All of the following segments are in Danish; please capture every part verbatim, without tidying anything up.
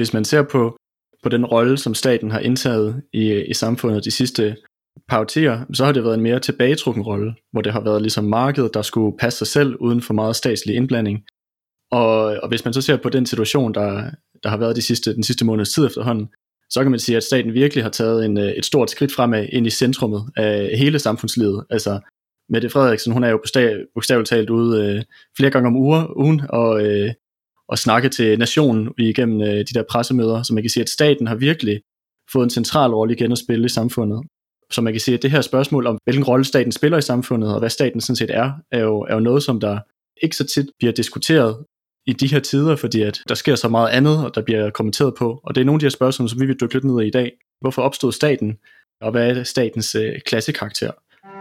Hvis man ser på, på den rolle, som staten har indtaget i, i samfundet de sidste par årtier, så har det været en mere tilbagetrukken rolle, hvor det har været ligesom markedet, der skulle passe sig selv uden for meget statslig indblanding. Og, og hvis man så ser på den situation, der, der har været de sidste, den sidste måneds tid efterhånden, så kan man sige, at staten virkelig har taget en, et stort skridt fremad ind i centrummet af hele samfundslivet. Altså Mette Frederiksen, hun er jo bogstaveligt talt ude øh, flere gange om uger, ugen og, øh, og snakke til nationen igennem øh, de der pressemøder, så man kan sige, at staten har virkelig fået en central rolle igen at spille i samfundet. Så man kan sige, at det her spørgsmål om, hvilken rolle staten spiller i samfundet, og hvad staten sådan set er, er jo, er jo noget, som der ikke så tit bliver diskuteret i de her tider, fordi at der sker så meget andet, og der bliver kommenteret på. Og det er nogle af de her spørgsmål, som vi vil dykke lidt ned i i dag. Hvorfor opstod staten, og hvad er statens øh, klassekarakter?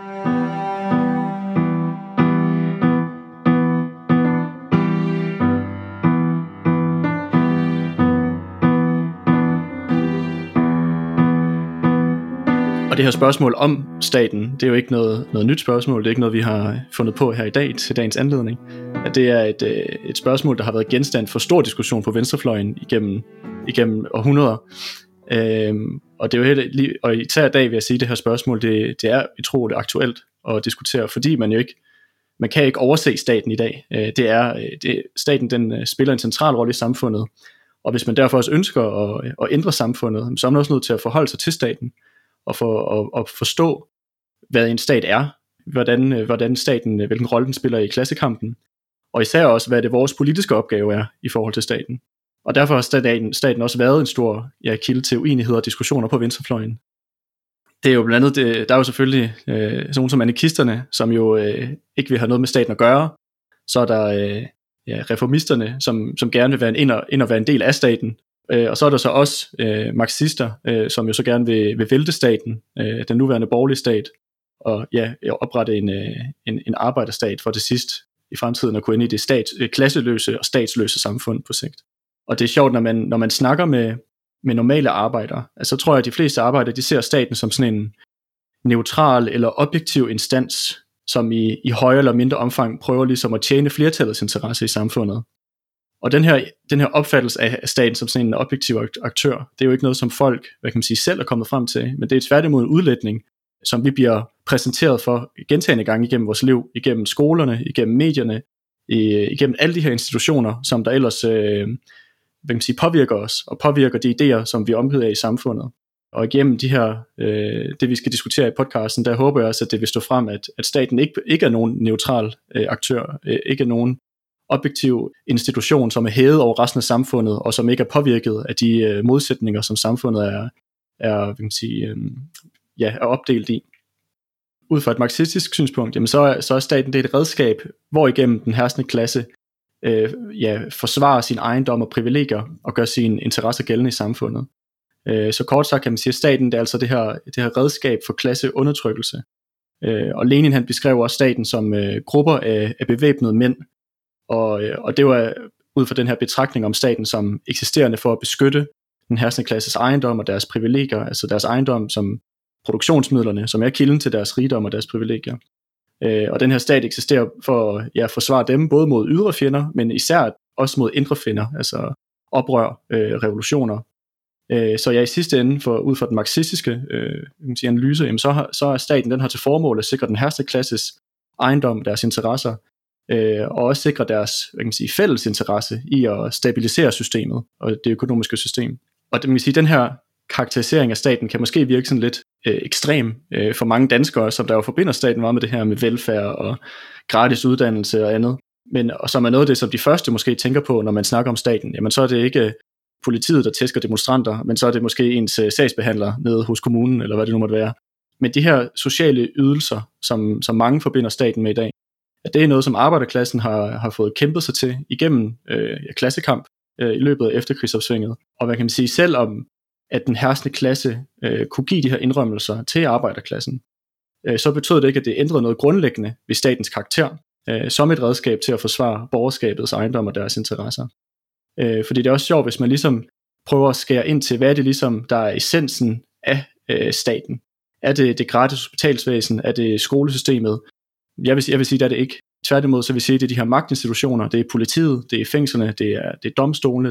Og det her spørgsmål om staten, det er jo ikke noget, noget nyt spørgsmål, det er ikke noget, vi har fundet på her i dag til dagens anledning. At det er et, et spørgsmål, der har været genstand for stor diskussion på venstrefløjen igennem, igennem århundreder. Øhm, og det er jo helt, og især i dag vil jeg sige, at det her spørgsmål, det, det er utroligt aktuelt at diskutere, fordi man jo ikke, man kan ikke overse staten i dag. Øh, det er, det, staten den spiller en central rolle i samfundet, og hvis man derfor også ønsker at, at ændre samfundet, så er man også nødt til at forholde sig til staten, og for at, at forstå, hvad en stat er, hvordan, hvordan staten, hvilken rolle den spiller i klassekampen, og især også, hvad det vores politiske opgave er i forhold til staten. Og derfor har staten, staten også været en stor ja, kilde til uenigheder og diskussioner på venstrefløjen. Det er jo blandt andet, det, der er jo selvfølgelig øh, sådan nogle som anarkisterne, som jo øh, ikke vil have noget med staten at gøre. Så er der øh, ja, reformisterne, som, som gerne vil være en, ind, og, ind og være en del af staten. Øh, og så er der så også øh, marxister, øh, som jo så gerne vil, vil vælte staten, øh, den nuværende borgerlige stat, og ja, oprette en, øh, en, en arbejderstat for det sidst i fremtiden at kunne ind i det stat, klasseløse og statsløse samfund på sigt. Og det er sjovt, når man, når man snakker med, med normale arbejdere, altså så tror jeg, at de fleste arbejdere, de ser staten som sådan en neutral eller objektiv instans, som i, i højere eller mindre omfang prøver ligesom at tjene flertallets interesse i samfundet. Og den her, den her opfattelse af staten som sådan en objektiv aktør, det er jo ikke noget, som folk, hvad kan man sige, selv er kommet frem til, men det er tværtimod en udlægning, som vi bliver præsenteret for gentagne gange igennem vores liv, igennem skolerne, igennem medierne, igennem alle de her institutioner, som der ellers øh, hvad kan man sige, påvirker os, og påvirker de idéer, som vi omgiver af i samfundet. Og igennem de her, øh, det vi skal diskutere i podcasten, der håber jeg også, at det vil stå frem, at, at staten ikke, ikke er nogen neutral øh, aktør, øh, ikke er nogen objektiv institution, som er hævet over resten af samfundet, og som ikke er påvirket af de øh, modsætninger, som samfundet er, er, hvad kan man sige, øh, ja, er opdelt i. Ud fra et marxistisk synspunkt, jamen så, er, så er staten det et redskab, hvor igennem den herskende klasse øh, ja, forsvarer sin ejendom og privilegier og gør sine interesser gældende i samfundet. Øh, så kort sagt kan man sige, at staten det er altså det her, det her redskab for klasseundertrykkelse. Øh, og Lenin han beskrev også staten som øh, grupper af, af bevæbnede mænd, og, øh, og det var ud fra den her betragtning om staten som eksisterende for at beskytte den herskende klasses ejendom og deres privilegier, altså deres ejendom som produktionsmidlerne, som er kilden til deres rigdom og deres privilegier. Øh, og den her stat eksisterer for ja, at forsvare dem, både mod ydre fjender, men især også mod indre fjender, altså oprør, øh, revolutioner. Øh, så ja, i sidste ende, for, ud fra den marxistiske øh, kan sige, analyse, jamen, så, har, så er staten, den har til formål at sikre den herskende klasses ejendom, deres interesser, øh, og også sikre deres hvad kan man sige, fælles interesse i at stabilisere systemet og det økonomiske system. Og det, man kan sige, den her karakterisering af staten kan måske virke sådan lidt øh, ekstrem øh, for mange danskere, som der jo forbinder staten meget med det her med velfærd og gratis uddannelse og andet. Men og som er noget af det, som de første måske tænker på, når man snakker om staten, jamen så er det ikke politiet, der tæsker demonstranter, men så er det måske ens øh, sagsbehandler nede hos kommunen, eller hvad det nu måtte være. Men de her sociale ydelser, som, som mange forbinder staten med i dag, at det er noget, som arbejderklassen har, har fået kæmpet sig til igennem øh, ja, klassekamp øh, i løbet af efterkrigsopsvinget. Og hvad kan man sige, selvom at den herskende klasse øh, kunne give de her indrømmelser til arbejderklassen, øh, så betød det ikke, at det ændrede noget grundlæggende ved statens karakter, øh, som et redskab til at forsvare borgerskabets ejendom og deres interesser. Øh, fordi det er også sjovt, hvis man ligesom prøver at skære ind til, hvad er det ligesom, der er essensen af øh, staten. Er det det gratis hospitalsvæsen? Er det skolesystemet? Jeg vil, jeg vil sige, det er det ikke. Tværtimod så vil jeg sige, at det er de her magtinstitutioner, det er politiet, det er fængslerne, det er, det er domstolene,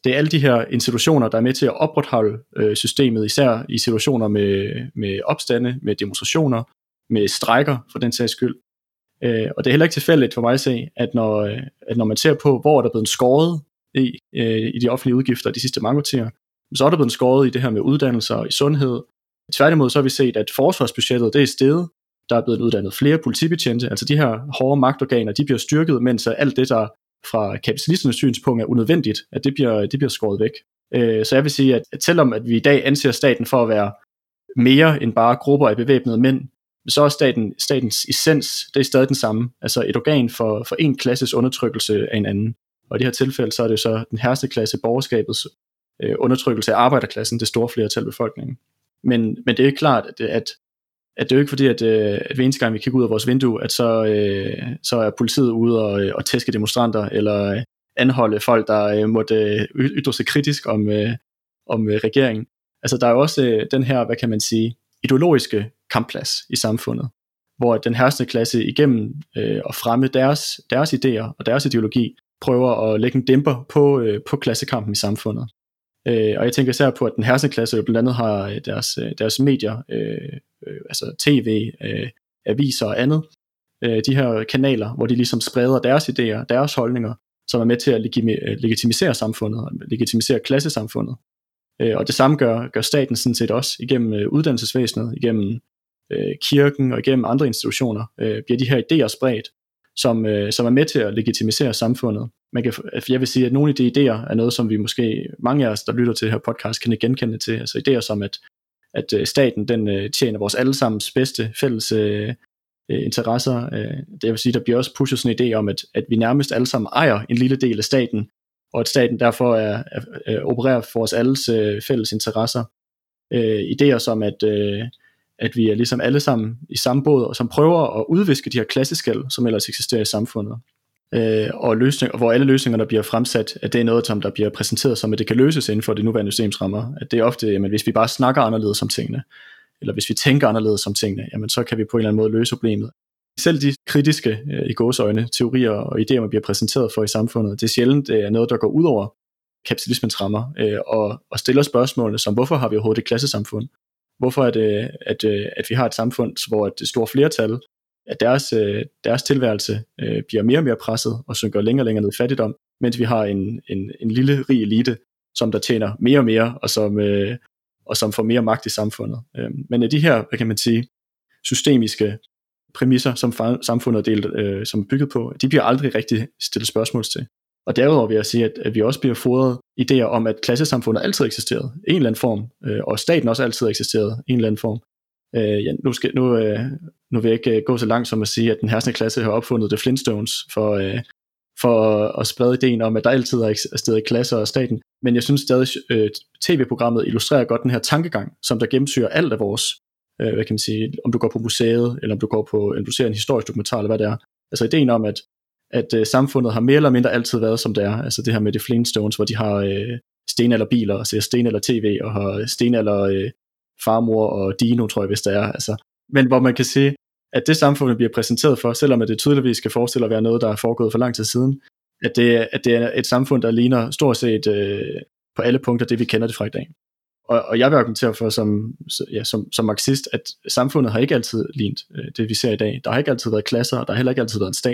Det er alle de her institutioner, der er med til at opretholde øh, systemet, især i situationer med, med opstande, med demonstrationer, med strejker for den sags skyld. Øh, og det er heller ikke tilfældigt for mig at se, at når, at når man ser på, hvor der er blevet skåret i, øh, i de offentlige udgifter de sidste mange årtier, så er der blevet skåret i det her med uddannelser og i sundhed. Tværtimod så har vi set, at forsvarsbudgettet det er steget. Der er blevet uddannet flere politibetjente, altså de her hårde magtorganer, de bliver styrket, mens alt det, der fra kapitalisternes synspunkt er unødvendigt, at det bliver, det bliver skåret væk. Øh, så jeg vil sige, at, at selvom at vi i dag anser staten for at være mere end bare grupper af bevæbnede mænd, så er staten, statens essens, det er stadig den samme. Altså et organ for, for en klasses undertrykkelse af en anden. Og i det her tilfælde, så er det så den herreste klasse, borgerskabets øh, undertrykkelse af arbejderklassen, det store flertal af befolkningen. Men, men det er ikke klart, at, at, at det er jo ikke fordi, at, at hver eneste gang vi kigger ud af vores vindue, at så, øh, så er politiet ude og, og tæske demonstranter, eller anholde folk, der øh, måtte ytre sig kritisk om, øh, om øh, regeringen. Altså der er jo også øh, den her, hvad kan man sige, ideologiske kampplads i samfundet, hvor den herskende klasse igennem øh, at fremme deres, deres idéer og deres ideologi, prøver at lægge en dæmper på, øh, på klassekampen i samfundet. Øh, og jeg tænker især på, at den herskende klasse jo blandt andet har deres, deres medier, øh, øh, altså tv, øh, aviser og andet, øh, de her kanaler, hvor de ligesom spreder deres idéer, deres holdninger, som er med til at legitimisere samfundet, legitimisere klassesamfundet. Øh, og det samme gør, gør staten sådan set også, igennem øh, uddannelsesvæsenet, igennem øh, kirken og igennem andre institutioner, øh, bliver de her idéer spredt, som, øh, som er med til at legitimisere samfundet. Man kan, jeg vil sige, at nogle af de idéer er noget, som vi måske, mange af os, der lytter til det her podcast, kan genkende til. Altså idéer som, at, at staten den tjener vores allesammens bedste fælles øh, interesser. Det vil sige, der bliver også pushet sådan en idé om, at, at vi nærmest alle sammen ejer en lille del af staten, og at staten derfor er, er, er, opererer for os alles øh, fælles interesser. Øh, idéer som, at, øh, at vi er ligesom alle sammen i samme båd, og som prøver at udviske de her klasseskel, som ellers eksisterer i samfundet. Øh, og, løsning, og hvor alle løsningerne bliver fremsat, at det er noget, som der bliver præsenteret som, at det kan løses inden for det nuværende systemsrammer. At det er ofte, jamen, hvis vi bare snakker anderledes om tingene, eller hvis vi tænker anderledes om tingene, jamen, så kan vi på en eller anden måde løse problemet. Selv de kritiske, øh, i gåseøjne, teorier og idéer, man bliver præsenteret for i samfundet, det er sjældent det er noget, der går ud over kapitalismens rammer, øh, og, og stiller spørgsmålene som, hvorfor har vi overhovedet et klassesamfund? Hvorfor er det, at, at vi har et samfund, hvor det store flertal, at deres, deres tilværelse øh, bliver mere og mere presset og synker længere og længere ned i fattigdom, mens vi har en, en, en lille rig elite, som der tjener mere og mere, og som, øh, og som får mere magt i samfundet. Øh, men af de her, hvad kan man sige, systemiske præmisser, som samfundet er delt, øh, som er bygget på, de bliver aldrig rigtig stillet spørgsmål til. Og derudover vil jeg sige, at, at vi også bliver fodret idéer om, at klassesamfundet altid har eksisteret i en eller anden form, øh, og staten også altid har eksisteret i en eller anden form. Øh, ja, nu, skal, nu, øh, nu vil jeg ikke gå så langt som at sige, at den herskende klasse har opfundet The Flintstones for, øh, for at, at sprede ideen om, at der altid har eksisteret klasser og staten. Men jeg synes stadig, øh, tv-programmet illustrerer godt den her tankegang, som der gennemsyrer alt af vores, øh, hvad kan man sige, om du går på museet, eller om du går på, eller du ser en historisk dokumentar, eller hvad det er. Altså ideen om, at, at øh, samfundet har mere eller mindre altid været, som det er. Altså det her med The Flintstones, hvor de har øh, stenalderbiler, og ser stenalder-tv, og har stenalder øh, farmor og Dino, tror jeg, hvis der er. Altså, men hvor man kan se, at det samfund bliver præsenteret for, selvom det tydeligvis skal forestille at være noget, der er foregået for lang tid siden, at det, at det er et samfund, der ligner stort set øh, på alle punkter det, vi kender det fra i dag. Og, og jeg vil argumentere for som, ja, som, som marxist, at samfundet har ikke altid lignet øh, det, vi ser i dag. Der har ikke altid været klasser, og der har heller ikke altid været en stat.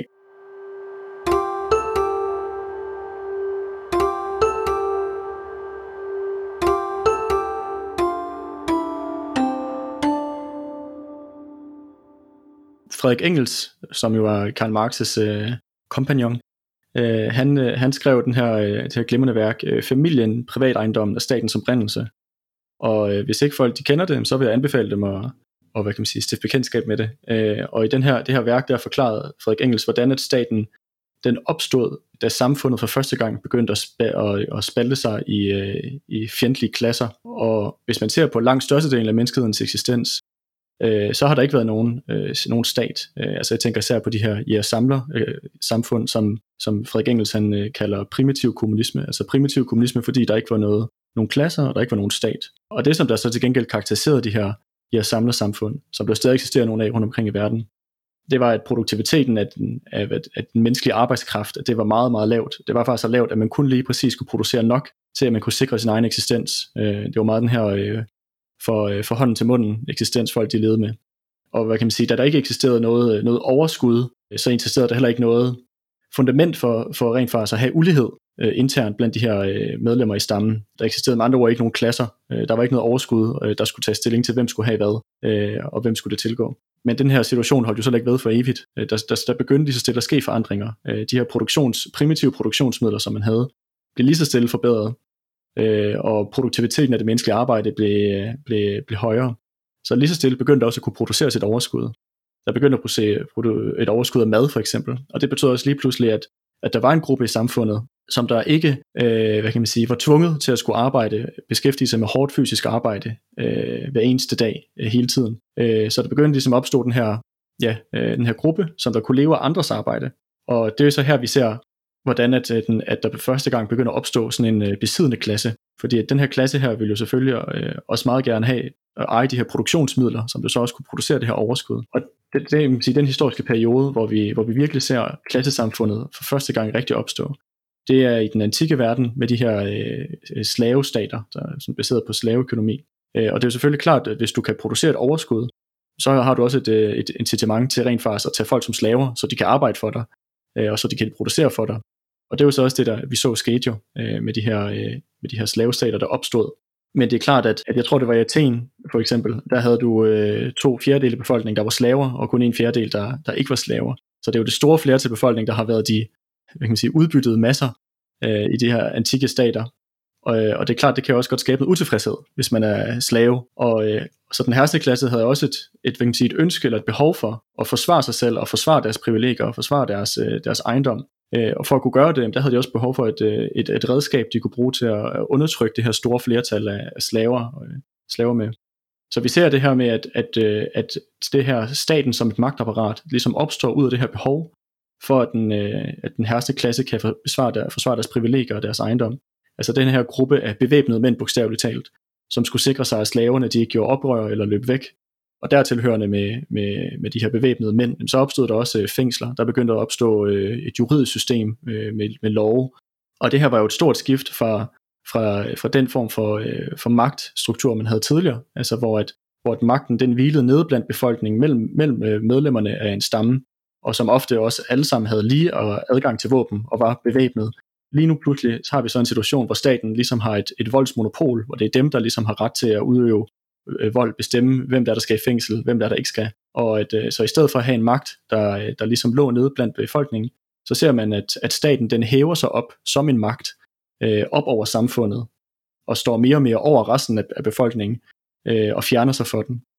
Frederik Engels, som jo var Karl Marx's øh, kompagnon, øh, han, øh, han skrev den her, øh, det her glimrende værk, øh, Familien, privatejendommen og statens oprindelse. Og øh, hvis ikke folk de kender det, så vil jeg anbefale dem at, og, hvad kan man sige, stifte bekendtskab med det. Øh, og i den her, det her værk, der forklarede Frederik Engels, hvordan at staten den opstod, da samfundet for første gang begyndte at, spa- at, at spalte sig i, øh, i fjendtlige klasser. Og hvis man ser på langt størstedelen af menneskehedens eksistens, øh, så har der ikke været nogen, øh, nogen stat. Øh, altså jeg tænker især på de her jægersamler øh, samfund, som, som Frederik Engels han øh, kalder primitiv kommunisme. Altså primitiv kommunisme, fordi der ikke var noget, nogen klasser, og der ikke var nogen stat. Og det, som der så til gengæld karakteriserede de her jægersamlersamfund, som der stadig eksisterer nogle af rundt omkring i verden, det var, at produktiviteten af den, af, af den menneskelige arbejdskraft, at det var meget, meget lavt. Det var faktisk så lavt, at man kun lige præcis kunne producere nok til at man kunne sikre sin egen eksistens. Øh, det var meget den her øh, for, øh, for hånden til munden eksistens, folk de levede med. Og hvad kan man sige, da der ikke eksisterede noget, noget overskud, så eksisterede der heller ikke noget fundament for, for rent faktisk at have ulighed øh, internt blandt de her øh, medlemmer i stammen. Der eksisterede med andre ord ikke nogen klasser. Øh, der var ikke noget overskud, øh, der skulle tage stilling til, hvem skulle have hvad, øh, og hvem skulle det tilgå. Men den her situation holdt jo så ikke ved for evigt. Øh, der, der, der begyndte lige så stille at ske forandringer. Øh, de her produktions, primitive produktionsmidler, som man havde, blev lige så stille forbedret, øh, og produktiviteten af det menneskelige arbejde blev, blev, blev højere. Så lige så stille begyndte også at kunne producere sit overskud. Der begyndte at producere et overskud af mad for eksempel, og det betød også lige pludselig, at, at der var en gruppe i samfundet, som der ikke øh, hvad kan man sige, var tvunget til at skulle arbejde, beskæftige sig med hårdt fysisk arbejde øh, hver eneste dag, øh, hele tiden. Øh, så der begyndte ligesom at opstå den her, ja, øh, den her gruppe, som der kunne leve af andres arbejde. Og det er så her, vi ser, hvordan at, at, den, at der for første gang begynder at opstå sådan en øh, besiddende klasse. Fordi at den her klasse her vil jo selvfølgelig øh, også meget gerne have at eje de her produktionsmidler, som du så også kunne producere det her overskud. Og det, det er sige, den historiske periode, hvor vi, hvor vi virkelig ser klassesamfundet for første gang rigtig opstå. Det er i den antikke verden med de her øh, slavestater, der er sådan baseret på slaveøkonomi. Øh, og det er jo selvfølgelig klart, at hvis du kan producere et overskud, så har du også et, et incitament til rent faktisk at tage folk som slaver, så de kan arbejde for dig, øh, og så de kan producere for dig. Og det er jo så også det, der vi så skete jo øh, med, de her, øh, med de her slavestater, der opstod. Men det er klart, at, at jeg tror, det var i Athen for eksempel, der havde du øh, to fjerdedele af befolkningen, der var slaver, og kun en fjerdedel, der, der ikke var slaver. Så det er jo det store flertal af befolkningen, der har været de hvad kan man sige, udbyttede masser øh, i de her antikke stater. Og, og det er klart, det kan også godt skabe noget utilfredshed, hvis man er slave. Og øh, så den herskende havde også et, et, hvad kan man sige, et ønske eller et behov for at forsvare sig selv, og forsvare deres privilegier, og forsvare deres, øh, deres ejendom. Øh, og for at kunne gøre det, der havde de også behov for et, et, et redskab, de kunne bruge til at undertrykke det her store flertal af, af slaver, øh, slaver med. Så vi ser det her med, at, at, at det her staten som et magtapparat ligesom opstår ud af det her behov, for at den, at den herskende klasse kan forsvare, der, forsvare deres privilegier og deres ejendom. Altså den her gruppe af bevæbnede mænd, bogstaveligt talt, som skulle sikre sig, at slaverne de ikke gjorde oprør eller løb væk. Og dertilhørende med, med, med de her bevæbnede mænd, så opstod der også fængsler. Der begyndte at opstå et juridisk system med, med love. Og det her var jo et stort skift fra, fra, fra den form for, for magtstruktur, man havde tidligere. Altså hvor, at, hvor at magten den hvilede nede blandt befolkningen mellem, mellem medlemmerne af en stamme, og som ofte også alle sammen havde lige adgang til våben og var bevæbnet. Lige nu pludselig har vi så en situation, hvor staten ligesom har et, et voldsmonopol, hvor det er dem, der ligesom har ret til at udøve øh, vold, bestemme, hvem der er, der skal i fængsel, hvem der er, der ikke skal. Og at, øh, så i stedet for at have en magt, der, der ligesom lå nede blandt befolkningen, så ser man, at, at staten den hæver sig op som en magt, øh, op over samfundet, og står mere og mere over resten af, af befolkningen, øh, og fjerner sig for den.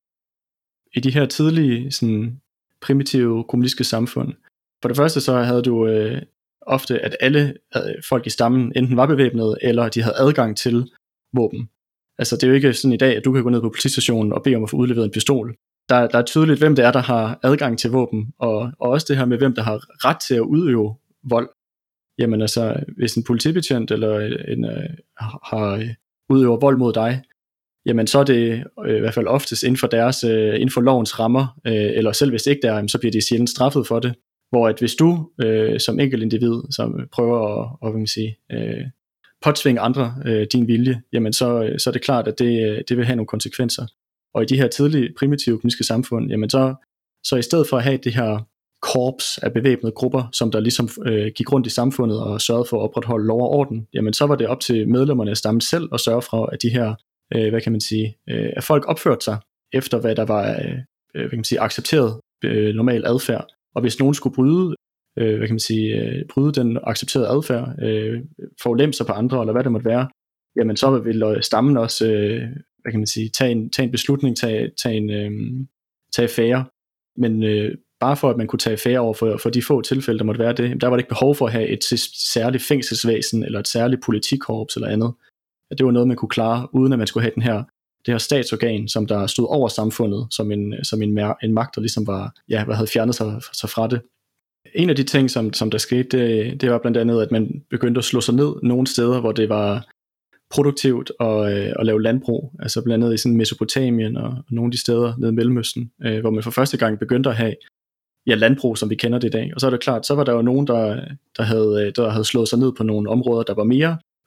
I de her tidlige sådan, primitive kommunistiske samfund, for det første så havde du øh, ofte, at alle folk i stammen enten var bevæbnede, eller de havde adgang til våben. Altså det er jo ikke sådan i dag, at du kan gå ned på politistationen og bede om at få udleveret en pistol. Der, der er tydeligt, hvem det er, der har adgang til våben, og, og også det her med, hvem der har ret til at udøve vold. Jamen altså, hvis en politibetjent eller en, øh, har udøver vold mod dig, jamen så er det øh, i hvert fald oftest inden for, deres, øh, inden for lovens rammer, øh, eller selv hvis det ikke er, så bliver de sjældent straffet for det. Hvor at hvis du øh, som enkelt individ, som prøver at, at hvad man sige, øh, påtvinge andre øh, din vilje, jamen så, så er det klart, at det, det vil have nogle konsekvenser. Og i de her tidlige primitive kommunistiske samfund, jamen så, så i stedet for at have det her korps af bevæbnede grupper, som der ligesom øh, gik rundt i samfundet og sørgede for at opretholde lov og orden, jamen så var det op til medlemmerne af stammen selv at sørge for, at de her, øh, hvad kan man sige, øh, at folk opførte sig efter, hvad der var øh, hvad kan man sige, accepteret øh, normal adfærd. Og hvis nogen skulle bryde, øh, hvad kan man sige, øh, bryde den accepterede adfærd, øh, forulemme sig på andre, eller hvad det måtte være, jamen så vil stammen også, øh, hvad kan man sige, tage en, tage en beslutning, tage, tage en, øh, tage affære. Men øh, bare for at man kunne tage affære over for, for de få tilfælde, der måtte være det, der var det ikke behov for at have et særligt fængselsvæsen, eller et særligt politikorps eller andet. At det var noget, man kunne klare, uden at man skulle have den her, det her statsorgan, som der stod over samfundet, som en, som en, en magt, der ligesom var, ja, hvad havde fjernet sig, sig fra det. En af de ting, som, som der skete, det, det var blandt andet, at man begyndte at slå sig ned nogle steder, hvor det var produktivt at, at lave landbrug, altså blandt andet i sådan Mesopotamien og, og nogle af de steder nede i Mellemøsten, øh, hvor man for første gang begyndte at have ja, landbrug, som vi kender det i dag. Og så er det klart, så var der jo nogen, der, der, havde, der havde slået sig ned på nogle områder, der var mere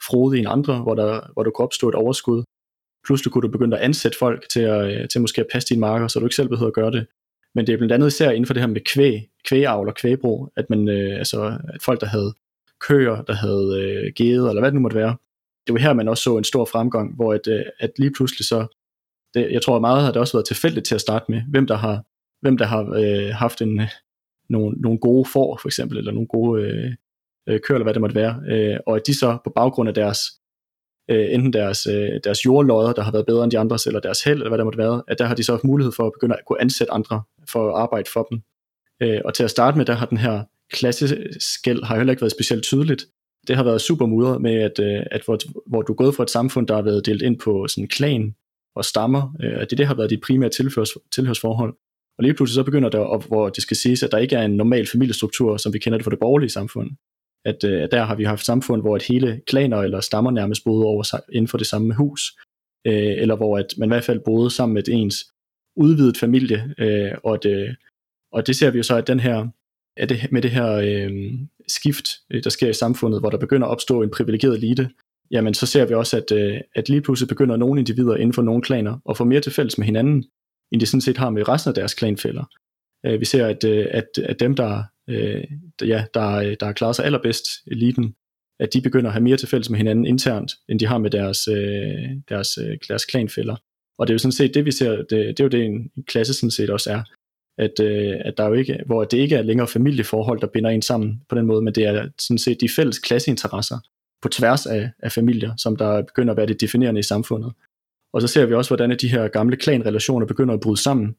frodige end andre, hvor der, hvor der kunne opstå et overskud. Pludselig kunne du begynde at ansætte folk til, at, til måske at passe dine marker, så du ikke selv behøver at gøre det. Men det er blandt andet især inden for det her med kvæg, kvægavl og kvægbrug, at, man, øh, altså, at folk, der havde køer, der havde øh, geder, eller hvad det nu måtte være, det var her, man også så en stor fremgang, hvor at, øh, at lige pludselig så, det, jeg tror meget har det også været tilfældigt til at starte med, hvem der har, hvem der har øh, haft en, nogle, nogle gode får, for eksempel, eller nogle gode øh, øh, køer, eller hvad det måtte være, øh, og at de så på baggrund af deres, øh, enten deres, øh, deres jordlodder, der har været bedre end de andres, eller deres held, eller hvad det måtte være, at der har de så haft mulighed for at begynde at kunne ansætte andre, for at arbejde for dem. Øh, og til at starte med, der har den her klasseskel har heller ikke været specielt tydeligt. Det har været super mudret med, at, at hvor, hvor du er gået fra et samfund, der har været delt ind på sådan klan og stammer, at det, det har været de primære tilhørs, tilhørsforhold. Og lige pludselig så begynder der, op, hvor det skal siges, at der ikke er en normal familiestruktur, som vi kender det fra det borgerlige samfund. At, at der har vi haft samfund, hvor et hele klaner eller stammer nærmest boede over inden for det samme hus, eller hvor at man i hvert fald boede sammen med ens udvidet familie, og, det, og det ser vi jo så, at den her at det, med det her øh, skift, der sker i samfundet, hvor der begynder at opstå en privilegeret elite, jamen så ser vi også, at, øh, at lige pludselig begynder nogle individer inden for nogle klaner at få mere til fælles med hinanden, end de sådan set har med resten af deres klanfæller. Øh, vi ser, at, øh, at, at dem, der, øh, ja, der, der har klaret sig allerbedst, eliten, at de begynder at have mere til fælles med hinanden internt, end de har med deres, øh, deres, øh, deres klanfæller. Og det er jo sådan set det, vi ser, det, det er jo det, en klasse sådan set også er. At, øh, at der jo ikke, hvor det ikke er længere familieforhold, der binder en sammen på den måde, men det er sådan set de fælles klasseinteresser på tværs af, af familier, som der begynder at være det definerende i samfundet. Og så ser vi også, hvordan de her gamle klanrelationer begynder at bryde sammen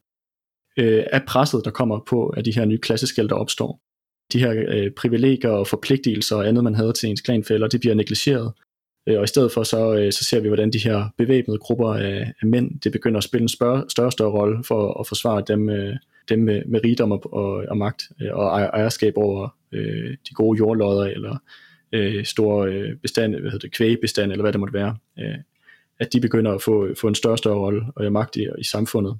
øh, af presset, der kommer på af de her nye klasseskel, der opstår. De her øh, privilegier og forpligtelser og andet, man havde til ens klanfæller, de bliver negligeret. Øh, og i stedet for, så, øh, så ser vi, hvordan de her bevæbnede grupper af, af mænd, det begynder at spille en større og større rolle for at forsvare dem, øh, dem med, med rigdom og, og, og magt og ejerskab over øh, de gode jordlodder eller øh, store øh, bestande, hvad hedder det, kvægbestande eller hvad det måtte være, øh, at de begynder at få, få en større og større rolle og magt i, i samfundet.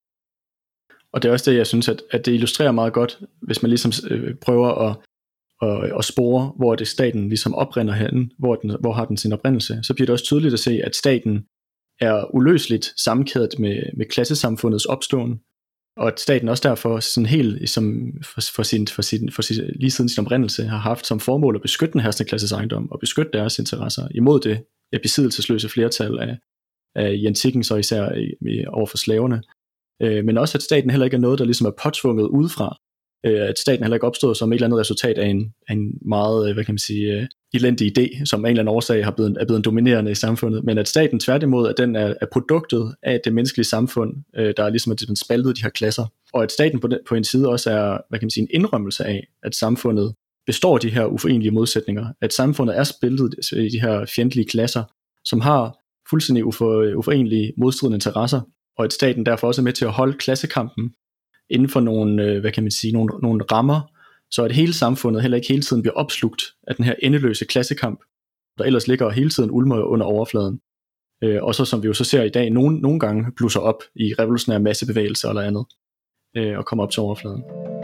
Og det er også det, jeg synes, at, at det illustrerer meget godt, hvis man ligesom øh, prøver at, at, at spore, hvor det staten ligesom oprinder henne, hvor, den, hvor har den sin oprindelse, så bliver det også tydeligt at se, at staten er uløseligt sammenkædet med, med klassesamfundets opståen, og at staten også derfor sådan helt som for, for, sin, for, sin, for sin, lige siden sin oprindelse har haft som formål at beskytte den herskende klasses ejendom og beskytte deres interesser imod det ja, besiddelsesløse flertal af, af i antikken, så især i, i, over for slaverne. Øh, men også at staten heller ikke er noget, der ligesom er påtvunget udefra. Øh, at staten heller ikke opstået som et eller andet resultat af en, af en meget, hvad kan man sige, uh, elendig idé, som af en eller anden årsag har blevet, er blevet dominerende i samfundet, men at staten tværtimod, at den er, er produktet af det menneskelige samfund, øh, der er ligesom at den spaltede de her klasser, og at staten på, den, på en side også er, hvad kan man sige, en indrømmelse af, at samfundet består af de her uforenelige modsætninger, at samfundet er spiltet i de her fjendtlige klasser, som har fuldstændig ufo, uforenelige modstridende interesser, og at staten derfor også er med til at holde klassekampen inden for nogle, øh, hvad kan man sige, nogle, nogle rammer, så at hele samfundet heller ikke hele tiden bliver opslugt af den her endeløse klassekamp, der ellers ligger hele tiden ulmer under overfladen. Øh, og så som vi jo så ser i dag, nogle, nogle gange blusser op i revolutionære massebevægelser eller andet, øh, og kommer op til overfladen.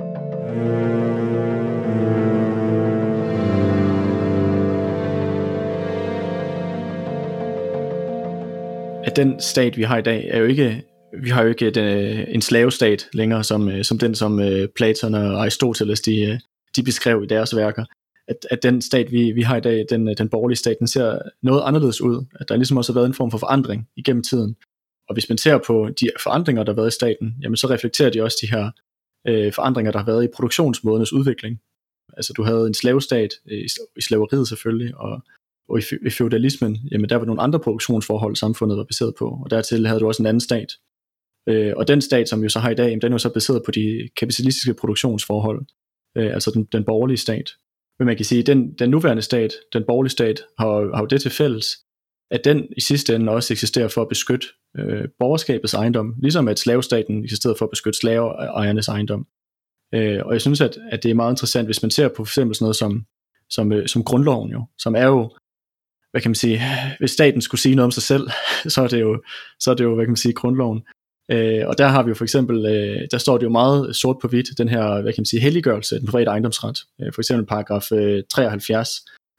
At den stat, vi har i dag, er jo ikke vi har jo ikke et, en slavestat længere, som, som den, som Platon og Aristoteles de, de beskrev i deres værker. At, at den stat, vi, vi har i dag, den, den borgerlige stat, den ser noget anderledes ud. At der ligesom også har været en form for forandring igennem tiden. Og hvis man ser på de forandringer, der har været i staten, jamen så reflekterer de også de her øh, forandringer, der har været i produktionsmådernes udvikling. Altså du havde en slavestat, i, i slaveriet selvfølgelig, og Og i, i feudalismen, jamen der var nogle andre produktionsforhold, samfundet var baseret på, og dertil havde du også en anden stat. Øh, og den stat, som vi så har i dag, jamen, den er jo så baseret på de kapitalistiske produktionsforhold, øh, altså den, den borgerlige stat. Men man kan sige, at den, den nuværende stat, den borgerlige stat, har, har jo det til fælles, at den i sidste ende også eksisterer for at beskytte øh, borgerskabets ejendom, ligesom at slavestaten eksisterer for at beskytte slaveejernes ejendom. Øh, og jeg synes, at, at det er meget interessant, hvis man ser på for eksempel sådan noget som, som, øh, som grundloven jo, som er jo, hvad kan man sige, hvis staten skulle sige noget om sig selv, så er det jo, så er det jo hvad kan man sige, grundloven. Øh, og der har vi jo for eksempel, øh, der står det jo meget sort på hvidt, den her, hvad kan man sige, helliggørelse af den private ejendomsret. Øh, for eksempel paragraf øh, treoghalvfjerds,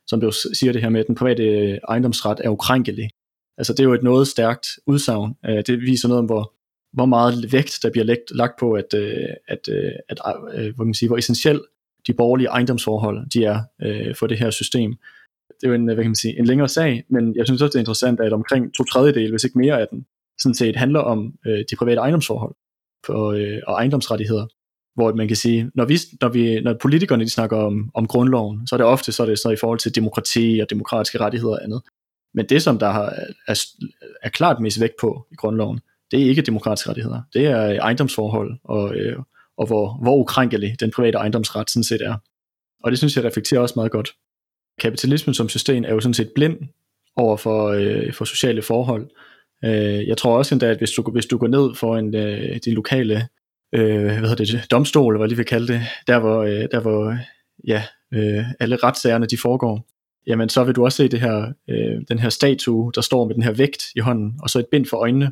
som du siger det her med, at den private ejendomsret er ukrænkelig. Altså det er jo et noget stærkt udsagn. Det viser noget om, hvor, hvor meget vægt der bliver lagt, lagt på, at, at, at, at hvor, man siger, hvor essentielt de borgerlige ejendomsforhold de er øh, for det her system. Det er jo en, hvad kan man sige, en længere sag, men jeg synes også, det er interessant, at omkring to tredjedel, hvis ikke mere af den, sådan set handler om øh, de private ejendomsforhold og, øh, og ejendomsrettigheder. Hvor man kan sige, når, vi, når, vi, når politikerne de snakker om, om grundloven, så er det ofte så er det så i forhold til demokrati og demokratiske rettigheder og andet. Men det, som der har, er, er klart mest vægt på i grundloven, det er ikke demokratiske rettigheder. Det er ejendomsforhold, og, øh, og hvor, hvor ukrænkelig den private ejendomsret sådan set er. Og det synes jeg reflekterer også meget godt. Kapitalismen som system er jo sådan set blind over for, øh, for sociale forhold. Øh, jeg tror også endda, at hvis du, hvis du går ned for en, øh, de lokale øh, hvad hedder det, domstol, eller hvad de vil kalde det, der hvor, øh, der hvor ja, øh, alle retssagerne de foregår, jamen så vil du også se det her, øh, den her statue, der står med den her vægt i hånden, og så et bind for øjnene.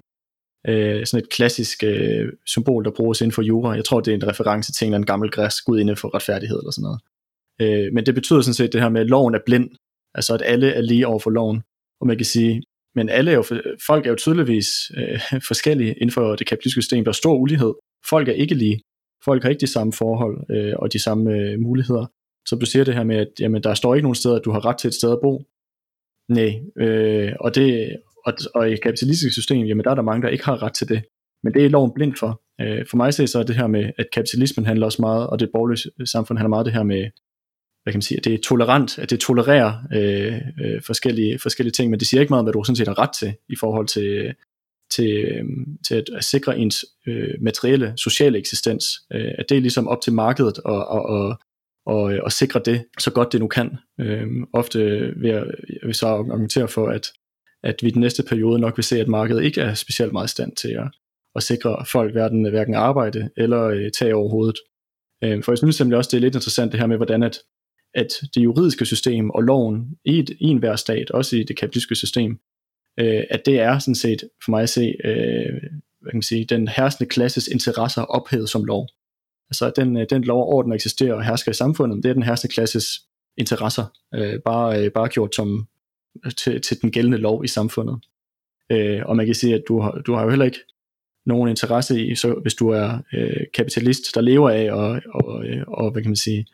Øh, sådan et klassisk øh, symbol, der bruges inden for jura. Jeg tror, det er en reference til en eller anden gammel græsk gudinde for retfærdighed eller sådan noget. Øh, men det betyder sådan set det her med, at loven er blind, altså at alle er lige over for loven. Og man kan sige, men alle er jo, folk er jo tydeligvis øh, forskellige inden for det kapitalistiske system. Der er stor ulighed. Folk er ikke lige. Folk har ikke de samme forhold øh, og de samme øh, muligheder. Så du siger det her med, at jamen, der står ikke nogen steder, at du har ret til et sted at bo. Nej, øh, og, det, og, og i et kapitalistisk system, jamen der er der mange, der ikke har ret til det. Men det er loven blind for. Øh, for mig så er det her med, at kapitalismen handler også meget, og det borgerlige samfund handler meget det her med, hvad kan man sige, at det er tolerant, at det tolererer øh, øh, forskellige, forskellige ting, men det siger ikke meget om, hvad du sådan set har ret til, i forhold til, til, øh, til at, at sikre ens øh, materielle, sociale eksistens. Øh, at det er ligesom op til markedet og, og, og Og, og sikre det så godt det nu kan. Øhm, ofte vil jeg, jeg vil så argumentere for, at, at vi i den næste periode nok vil se, at markedet ikke er specielt meget i stand til at, at sikre folk hverken, hverken arbejde eller øh, tag over hovedet. Øhm, for jeg synes simpelthen også, det er lidt interessant det her med, hvordan at, at det juridiske system og loven i, et, i enhver stat, også i det kapitalistiske system, øh, at det er sådan set for mig at se, øh, hvad kan man sige, den herskende klasses interesser ophævet som lov. Altså den, den lov og orden, der eksisterer og hersker i samfundet, det er den herskende klasses interesser, øh, bare, øh, bare gjort som, til, til den gældende lov i samfundet. Øh, og man kan sige, at du har, du har jo heller ikke nogen interesse i, så hvis du er øh, kapitalist, der lever af og, og, øh, og hvad kan man sige,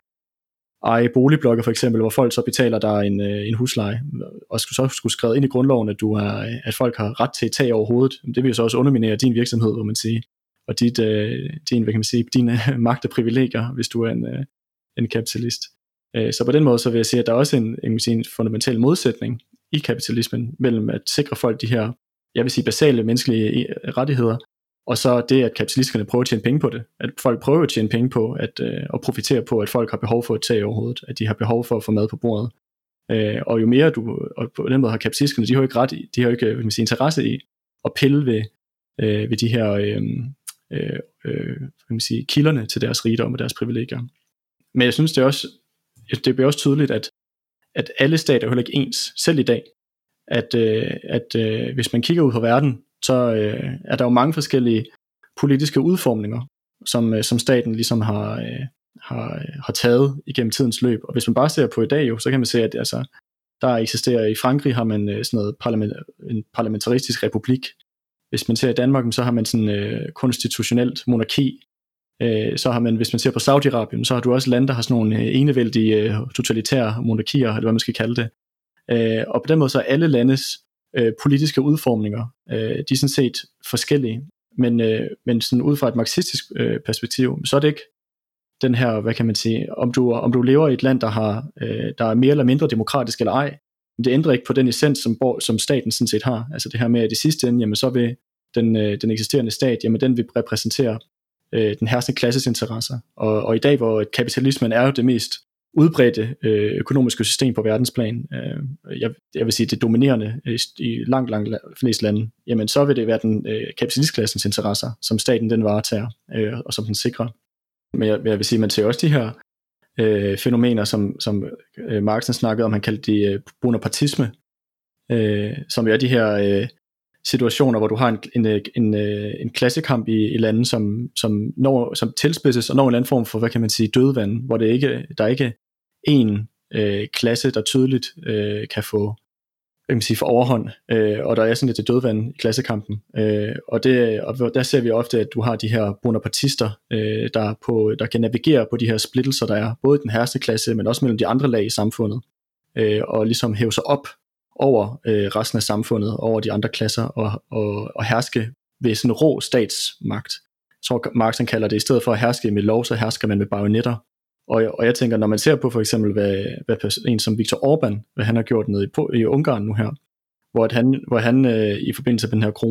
eje boligblokke for eksempel, hvor folk så betaler der en, øh, en husleje, og skulle så skulle skrevet ind i grundloven, at, du er, at folk har ret til et tag over hovedet. Det vil jo så også underminere din virksomhed, hvor man siger, og dit, øh, din, hvad kan man sige, dine magt og privilegier, hvis du er en, øh, en kapitalist. Øh, så på den måde, så vil jeg sige, at der er også en, en, en fundamental modsætning i kapitalismen, mellem at sikre folk de her, jeg vil sige, basale menneskelige rettigheder, og så det, at kapitalisterne prøver at tjene penge på det. At folk prøver at tjene penge på, at, øh, og profitere på, at folk har behov for et tag over hovedet, at de har behov for at få mad på bordet. Øh, og jo mere du, og på den måde har kapitalisterne, de har jo ikke ret i, de har jo ikke, hvad kan man sige, interesse i at pille ved, øh, ved de her øh, Øh, øh, kan man sige, kilderne til deres rigdom og deres privilegier. Men jeg synes det er også, det bliver også tydeligt, at, at alle stater er heller ikke ens, selv i dag. At, øh, at øh, hvis man kigger ud på verden, så øh, er der jo mange forskellige politiske udformninger, som, øh, som staten ligesom har, øh, har, har taget igennem tidens løb. Og hvis man bare ser på i dag, jo, så kan man se, at altså, der eksisterer i Frankrig har man øh, sådan noget parlament, en parlamentaristisk republik. Hvis man ser i Danmark, så har man sådan øh, konstitutionelt monarki. Øh, så har man, hvis man ser på Saudi-Arabien, så har du også lande, der har sådan nogle øh, enevældige øh, totalitære monarkier, eller hvad man skal kalde det. Øh, og på den måde så er alle landes øh, politiske udformninger, øh, de er sådan set forskellige. Men, øh, men sådan ud fra et marxistisk øh, perspektiv, så er det ikke den her, hvad kan man sige, om du, om du lever i et land, der, har, øh, der er mere eller mindre demokratisk eller ej, det ændrer ikke på den essens, som, som staten sådan set har. Altså det her med, at i sidste ende, jamen så vil den, den eksisterende stat, jamen den vil repræsentere øh, den herskende klasses interesser. Og, og i dag, hvor kapitalismen er jo det mest udbredte øh, økonomiske system på verdensplan, øh, jeg, jeg vil sige det dominerende i, i langt, langt flest lande, jamen så vil det være den øh, kapitalistklassens interesser, som staten den varetager, øh, og som den sikrer. Men jeg, jeg vil sige, man ser også de her Øh, fænomener, som, som øh, Marxen snakkede om, han kaldte de øh, bonapartisme, øh, som er de her øh, situationer, hvor du har en, en, en, en klassekamp i, i lande, som, som, når, som tilspidses og når en eller anden form for, hvad kan man sige, dødvand, hvor det ikke, der er ikke en øh, klasse, der tydeligt øh, kan få, hvad kan man sige, for overhånd, øh, og der er sådan lidt til dødvand i klassekampen, øh, og, det, og der ser vi ofte, at du har de her bonapartister, øh, der, på, der kan navigere på de her splittelser, der er, både i den herskende klasse, men også mellem de andre lag i samfundet, øh, og ligesom hæve sig op over øh, resten af samfundet, over de andre klasser, og, og, og herske ved sådan en rå statsmagt. Jeg tror, Marx han kalder det, i stedet for at herske med lov, så hersker man med bajonetter. Og, og jeg tænker, når man ser på for eksempel, hvad, hvad en som Viktor Orbán, hvad han har gjort nede i, i Ungarn nu her, hvor, at han, hvor han øh, i forbindelse med den her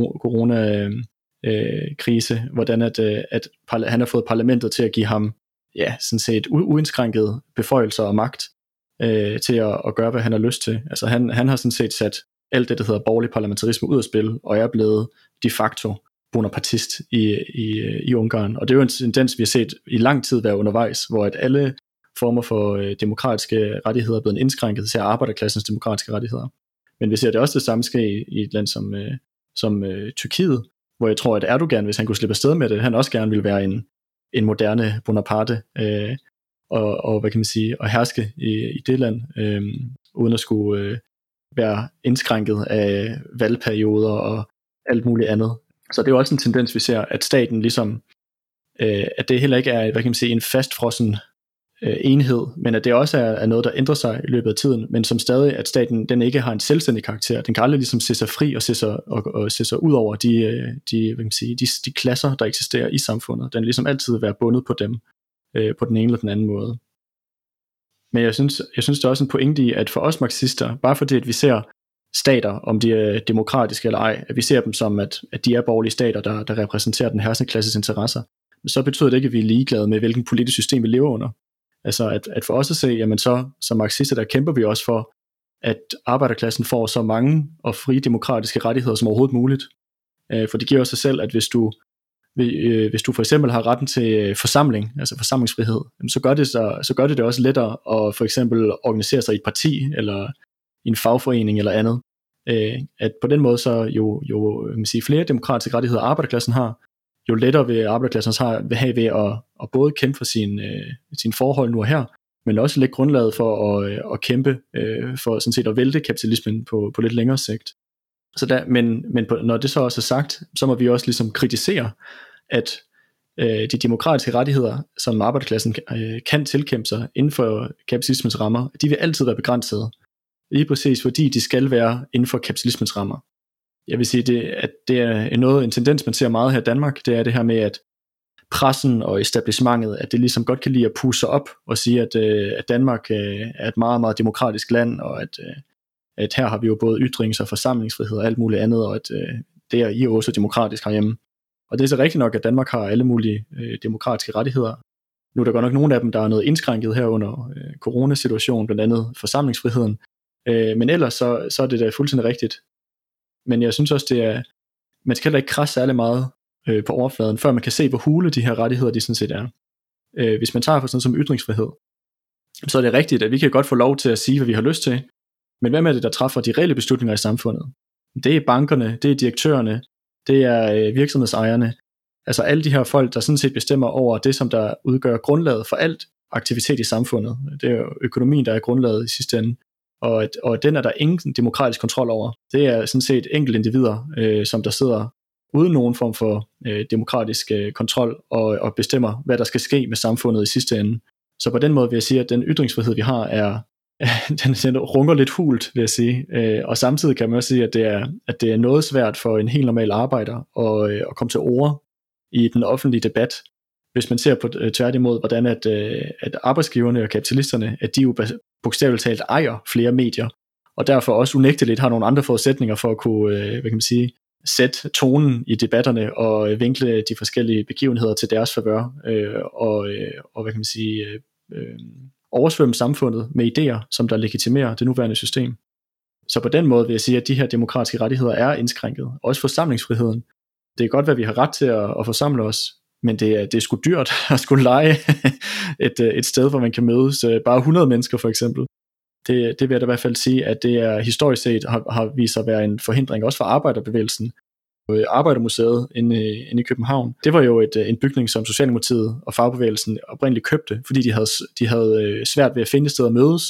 corona-krise, øh, hvordan at, øh, at parla- han har fået parlamentet til at give ham ja, sådan set u- uindskrænket beføjelser og magt øh, til at, at gøre, hvad han har lyst til. Altså han, han har sådan set sat alt det, der hedder borgerlig parlamentarisme ud af spil, og er blevet de facto bonapartist i, i, i Ungarn. Og det er jo en tendens, vi har set i lang tid være undervejs, hvor at alle former for øh, demokratiske rettigheder er blevet indskrænket til arbejderklassens demokratiske rettigheder. Men vi ser det også det samme ske i, i et land som, øh, som øh, Tyrkiet, hvor jeg tror, at Erdogan, hvis han kunne slippe afsted med det, han også gerne ville være en, en moderne Bonaparte, øh, og, og hvad kan man sige, og herske i, i det land, øh, uden at skulle øh, være indskrænket af valgperioder og alt muligt andet. Så det er jo også en tendens, vi ser, at staten ligesom, øh, at det heller ikke er, hvad kan man sige, en fastfrossen øh, enhed, men at det også er, er noget, der ændrer sig i løbet af tiden, men som stadig, at staten, den ikke har en selvstændig karakter. Den kan aldrig ligesom se sig fri og se sig, og, og se sig ud over de, de, hvad kan man sige, de, de klasser, der eksisterer i samfundet. Den vil ligesom altid være bundet på dem, øh, på den ene eller den anden måde. Men jeg synes, jeg synes, der er også en pointe i, at for os marxister, bare fordi at vi ser stater, om de er demokratiske eller ej, at vi ser dem som, at, at de er borgerlige stater, der, der repræsenterer den herskende klasses interesser, men så betyder det ikke, at vi er ligeglade med, hvilken politisk system vi lever under. Altså at, at for os at se, jamen så som marxister, der kæmper vi også for, at arbejderklassen får så mange og frie demokratiske rettigheder som overhovedet muligt. For det giver også sig selv, at hvis du, hvis du for eksempel har retten til forsamling, altså forsamlingsfrihed, så gør det, så, så gør det det også lettere at for eksempel organisere sig i et parti, eller i en fagforening eller andet. At på den måde så jo, jo man siger, flere demokratiske rettigheder arbejderklassen har, jo lettere vil arbejderklassen har, vil have ved at, at både kæmpe for sin, øh, sin forhold nu og her, men også lægge grundlaget for at, øh, at kæmpe øh, for sådan set at vælte kapitalismen på, på lidt længere sigt. Så der, men men på, når det så også er sagt, så må vi også ligesom kritisere, at øh, de demokratiske rettigheder, som arbejderklassen øh, kan tilkæmpe sig inden for kapitalismens rammer, de vil altid være begrænsede. Lige præcis fordi de skal være inden for kapitalismens rammer. Jeg vil sige, det, at det er noget, en tendens, man ser meget her i Danmark, det er det her med, at pressen og etablissementet, at det ligesom godt kan lide at pusse sig op og sige, at, at Danmark er et meget, meget demokratisk land, og at, at her har vi jo både ytrings- og forsamlingsfrihed og alt muligt andet, og at det er I også demokratisk herhjemme. Og det er så rigtigt nok, at Danmark har alle mulige øh, demokratiske rettigheder. Nu er der godt nok nogle af dem, der er noget indskrænket her under øh, coronasituationen, blandt andet forsamlingsfriheden, øh, men ellers så, så er det da fuldstændig rigtigt. Men jeg synes også, det er, man skal heller ikke krasse særlig meget øh, på overfladen, før man kan se, hvor hule de her rettigheder, de sådan set er. Øh, hvis man tager for sådan som ytringsfrihed, så er det rigtigt, at vi kan godt få lov til at sige, hvad vi har lyst til, men hvem er det, der træffer de reelle beslutninger i samfundet? Det er bankerne, det er direktørerne, det er øh, virksomhedsejerne, altså alle de her folk, der sådan set bestemmer over det, som der udgør grundlaget for alt aktivitet i samfundet. Det er jo økonomien, der er grundlaget i sidste ende. Og, at, og den er der ingen demokratisk kontrol over. Det er sådan set enkelte individer, øh, som der sidder uden nogen form for øh, demokratisk øh, kontrol og, og bestemmer, hvad der skal ske med samfundet i sidste ende. Så på den måde vil jeg sige, at den ytringsfrihed, vi har, er den, den runker lidt hult, vil jeg sige. Øh, og samtidig kan man også sige, at det, er, at det er noget svært for en helt normal arbejder at, øh, at komme til ord i den offentlige debat, hvis man ser på øh, tværtimod, hvordan at, øh, at arbejdsgiverne og kapitalisterne, at de jo bogstaveligt talt ejer flere medier, og derfor også unægteligt har nogle andre forudsætninger for at kunne, øh, hvad kan man sige, sætte tonen i debatterne og øh, vinkle de forskellige begivenheder til deres favør, øh, og, øh, og hvad kan man sige, øh, øh, oversvømme samfundet med idéer, som der legitimerer det nuværende system. Så på den måde vil jeg sige, at de her demokratiske rettigheder er indskrænket, også forsamlingsfriheden. Det er godt, hvad vi har ret til at, at forsamle os, men det er, det er sgu dyrt at skulle lege et, et sted, hvor man kan mødes bare hundrede mennesker for eksempel. Det, det vil jeg da i hvert fald sige, at det er historisk set har, har vist sig at være en forhindring også for arbejderbevægelsen. Arbejdermuseet inde, inde i København, det var jo et, en bygning, som Socialdemokratiet og fagbevægelsen oprindeligt købte, fordi de havde, de havde svært ved at finde et sted at mødes,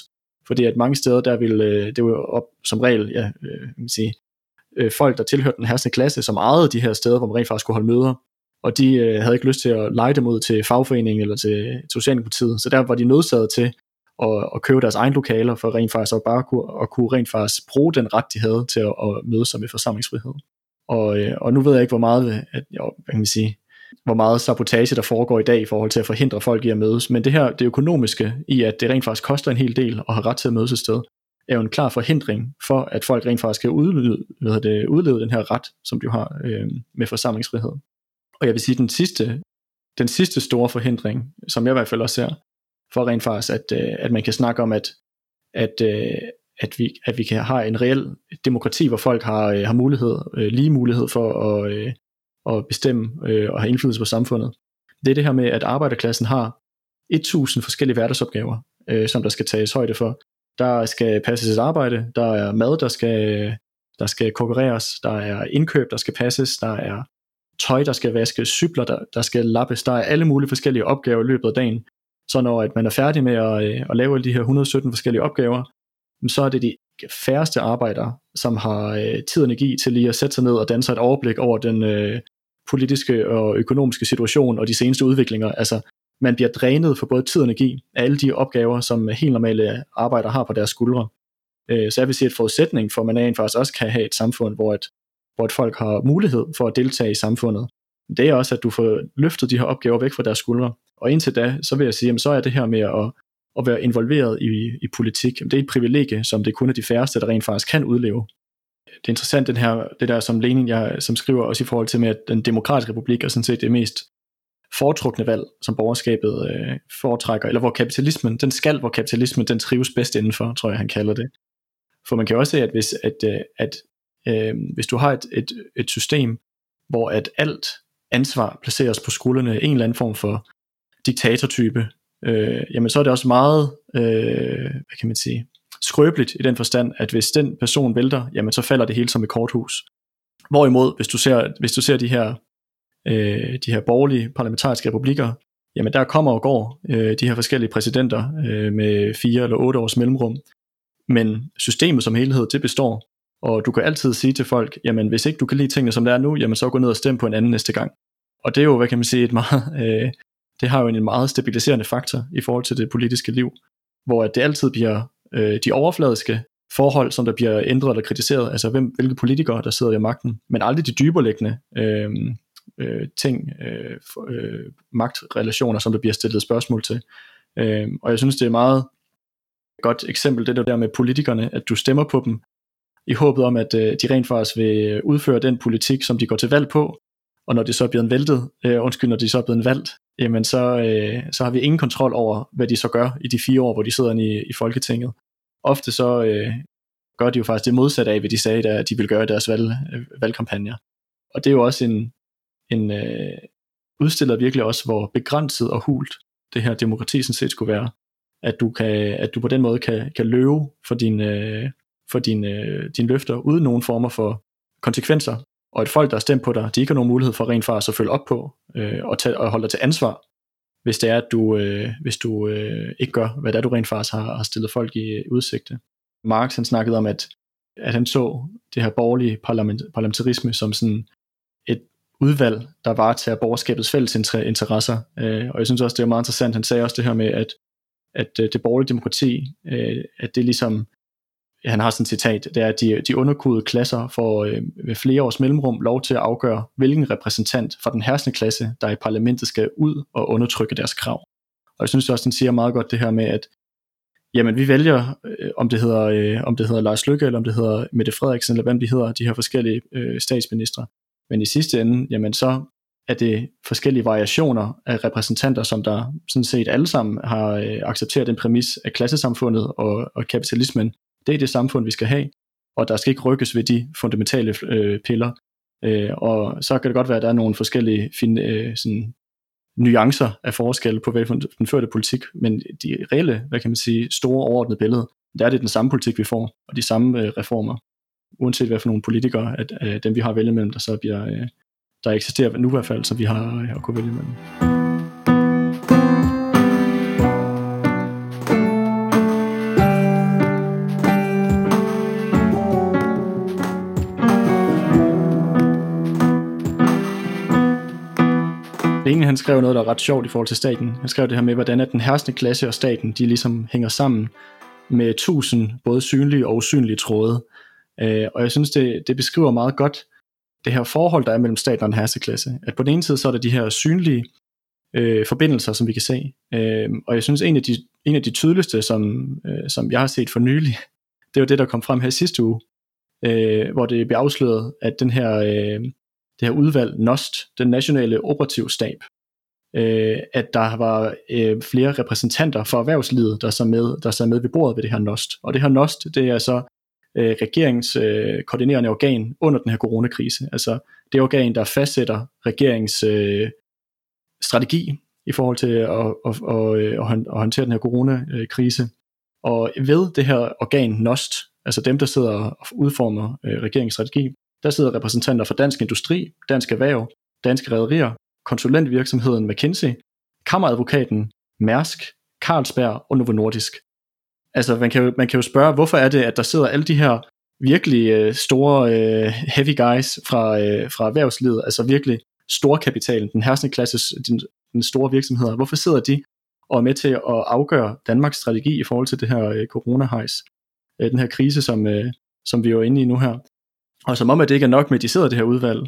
Fordi at mange steder, der vil, øh, det var op, som regel, ja, øh, man sige, øh, folk, der tilhørte den herskende klasse, som ejede de her steder, hvor man rent faktisk skulle holde møder, og de øh, havde ikke lyst til at leje dem ud til fagforeningen eller til Socialdemokratiet, så der var de nødsaget til at, at købe deres egen lokaler, for rent faktisk at bare kunne, at kunne rent faktisk bruge den ret, de havde til at, at møde sig med forsamlingsfrihed. Og, øh, og nu ved jeg ikke, hvor meget, at, ja, hvad kan man sige, hvor meget sabotage der foregår i dag i forhold til at forhindre folk i at mødes, men det her, det økonomiske i, at det rent faktisk koster en hel del at have ret til at mødes et sted, er jo en klar forhindring for, at folk rent faktisk kan udleve, hvad det, udleve den her ret, som de har øh, med forsamlingsfrihed. Og jeg vil sige, den sidste, den sidste store forhindring, som jeg i hvert fald også ser, for rent faktisk, at, øh, at man kan snakke om, at, at, øh, at, vi, at vi kan have en reel demokrati, hvor folk har, øh, har mulighed, øh, lige mulighed for at, øh, at bestemme øh, og have indflydelse på samfundet. Det er det her med, at arbejderklassen har tusind forskellige hverdagsopgaver, øh, som der skal tages højde for. Der skal passes et arbejde, der er mad, der skal, der skal konkurreres, der er indkøb, der skal passes, der er tøj, der skal vaskes, cykler, der, der skal lappes, der er alle mulige forskellige opgaver i løbet af dagen. Så når at man er færdig med at, at lave alle de her et hundrede og sytten forskellige opgaver, så er det de færreste arbejdere, som har øh, tid og energi til lige at sætte sig ned og danne sig et overblik over den øh, politiske og økonomiske situation og de seneste udviklinger. Altså, man bliver drænet for både tid og energi af alle de opgaver, som helt normale arbejdere har på deres skuldre. Øh, så jeg vil sige, at forudsætning for, at man rent faktisk også kan have et samfund, hvor et, hvor et folk har mulighed for at deltage i samfundet, det er også, at du får løftet de her opgaver væk fra deres skuldre. Og indtil da, så vil jeg sige, at så er det her med at, at være involveret i, i politik, det er et privilegie, som det kun er de færreste, der rent faktisk kan udleve. Det er interessant, den her, det der som Lenin, jeg, som skriver også i forhold til med, at den demokratiske republik er sådan set det mest foretrukne valg, som borgerskabet øh, foretrækker, eller hvor kapitalismen, den skal, hvor kapitalismen, den trives bedst indenfor, tror jeg, han kalder det. For man kan også se, at hvis, at, at, at, øh, hvis du har et, et, et system, hvor at alt ansvar placeres på skuldrene, en eller anden form for diktatortype, øh, jamen så er det også meget, øh, hvad kan man sige, skrøbeligt i den forstand, at hvis den person vælter, jamen så falder det hele som et korthus. Hvorimod, hvis du ser, hvis du ser de her, øh, de her borgerlige parlamentariske republikker, jamen der kommer og går øh, de her forskellige præsidenter øh, med fire eller otte års mellemrum, men systemet som helhed, det består, og du kan altid sige til folk, jamen hvis ikke du kan lide tingene som det er nu, jamen så gå ned og stemme på en anden næste gang. Og det er jo, hvad kan man sige, et meget, øh, det har jo en meget stabiliserende faktor i forhold til det politiske liv, hvor det altid bliver øh, de overfladiske forhold, som der bliver ændret eller kritiseret, altså hvem, hvilke politikere, der sidder i magten, men aldrig de dybereliggende øh, øh, ting, øh, for, øh, magtrelationer, som der bliver stillet spørgsmål til. Øh, og jeg synes, det er meget godt eksempel, det der med politikerne, at du stemmer på dem, i håbet om, at øh, de rent faktisk vil udføre den politik, som de går til valg på, og når det så er blevet væltet, øh, undskyld, når de så er blevet valgt, jamen så, øh, så har vi ingen kontrol over, hvad de så gør i de fire år, hvor de sidder i, i Folketinget. Ofte så øh, gør de jo faktisk det modsatte af, hvad de sagde, at de ville gøre i deres valg, øh, valgkampagner. Og det er jo også en, en øh, udstiller virkelig også, hvor begrænset og hult det her demokrati sådan set skulle være, at du, kan, at du på den måde kan, kan løbe for din... Øh, for dine, dine løfter, uden nogen former for konsekvenser, og et folk, der har stemt på dig, de ikke har nogen mulighed for rent faktisk at følge op på, øh, og, tage, og holde dig til ansvar, hvis det er, at du, øh, hvis du øh, ikke gør, hvad det er, du rent faktisk har, har stillet folk i udsigte. Marx, han snakkede om, at, at han så det her borgerlige parlament, parlamentarisme som sådan et udvalg, der varetager borgerskabets fælles interesser, øh, og jeg synes også, det er meget interessant, han sagde også det her med, at, at det borgerlige demokrati, øh, at det ligesom han har sådan et citat, det er, at de, de underkudede klasser får øh, med flere års mellemrum lov til at afgøre, hvilken repræsentant fra den herskende klasse, der i parlamentet skal ud og undertrykke deres krav. Og jeg synes også, den siger meget godt det her med, at jamen, vi vælger, øh, om, det hedder, øh, om det hedder Lars Løkke, eller om det hedder Mette Frederiksen, eller hvem de hedder, de her forskellige øh, statsministre. Men i sidste ende, jamen så er det forskellige variationer af repræsentanter, som der sådan set alle sammen har øh, accepteret den præmis af klassesamfundet og, og kapitalismen. Det er det samfund, vi skal have, og der skal ikke rykkes ved de fundamentale øh, piller. Øh, og så kan det godt være, at der er nogle forskellige fine, øh, sådan, nuancer af forskel på den førte politik, men de reelle, hvad kan man sige, store overordnede billede, der er det den samme politik, vi får, og de samme øh, reformer, uanset hvad for nogle politikere, at øh, dem vi har at vælge mellem, der så bliver, øh, der eksisterer nu i hvert fald, som vi har øh, at kunne vælge mellem. Lenin han skrev noget, der er ret sjovt i forhold til staten. Han skrev det her med, hvordan at den herskende klasse og staten, de ligesom hænger sammen med tusind både synlige og usynlige tråde. Øh, og jeg synes, det, det beskriver meget godt det her forhold, der er mellem staten og den herskende klasse. At på den ene side, så er der de her synlige øh, forbindelser, som vi kan se. Øh, og jeg synes, en af de, en af de tydeligste, som, øh, som jeg har set for nylig, det var det, der kom frem her i sidste uge, øh, hvor det blev afsløret, at den her, øh, det her udvalg, N O S T, den nationale operativstab, øh, at der var øh, flere repræsentanter for erhvervslivet, der sad med, der sad med ved bordet ved det her N O S T. Og det her N O S T, det er så øh, regeringens øh, koordinerende organ under den her coronakrise. Altså det organ, der fastsætter regeringens øh, strategi i forhold til at, at, at, at, at håndtere den her coronakrise. Og ved det her organ N O S T, altså dem, der sidder og udformer øh, regeringens strategi, der sidder repræsentanter for Dansk Industri, Dansk Erhverv, Danske Rederier, konsulentvirksomheden McKinsey, Kammeradvokaten, Mærsk, Carlsberg og Novo Nordisk. Altså man kan, jo, man kan jo spørge, hvorfor er det, at der sidder alle de her virkelig øh, store øh, heavy guys fra, øh, fra erhvervslivet, altså virkelig storkapitalen, den herskende klasses, den, den store virksomheder, hvorfor sidder de og er med til at afgøre Danmarks strategi i forhold til det her øh, coronahejs, øh, den her krise, som, øh, som vi er inde i nu her. Og som om, at det ikke er nok med, at de sidder i det her udvalg,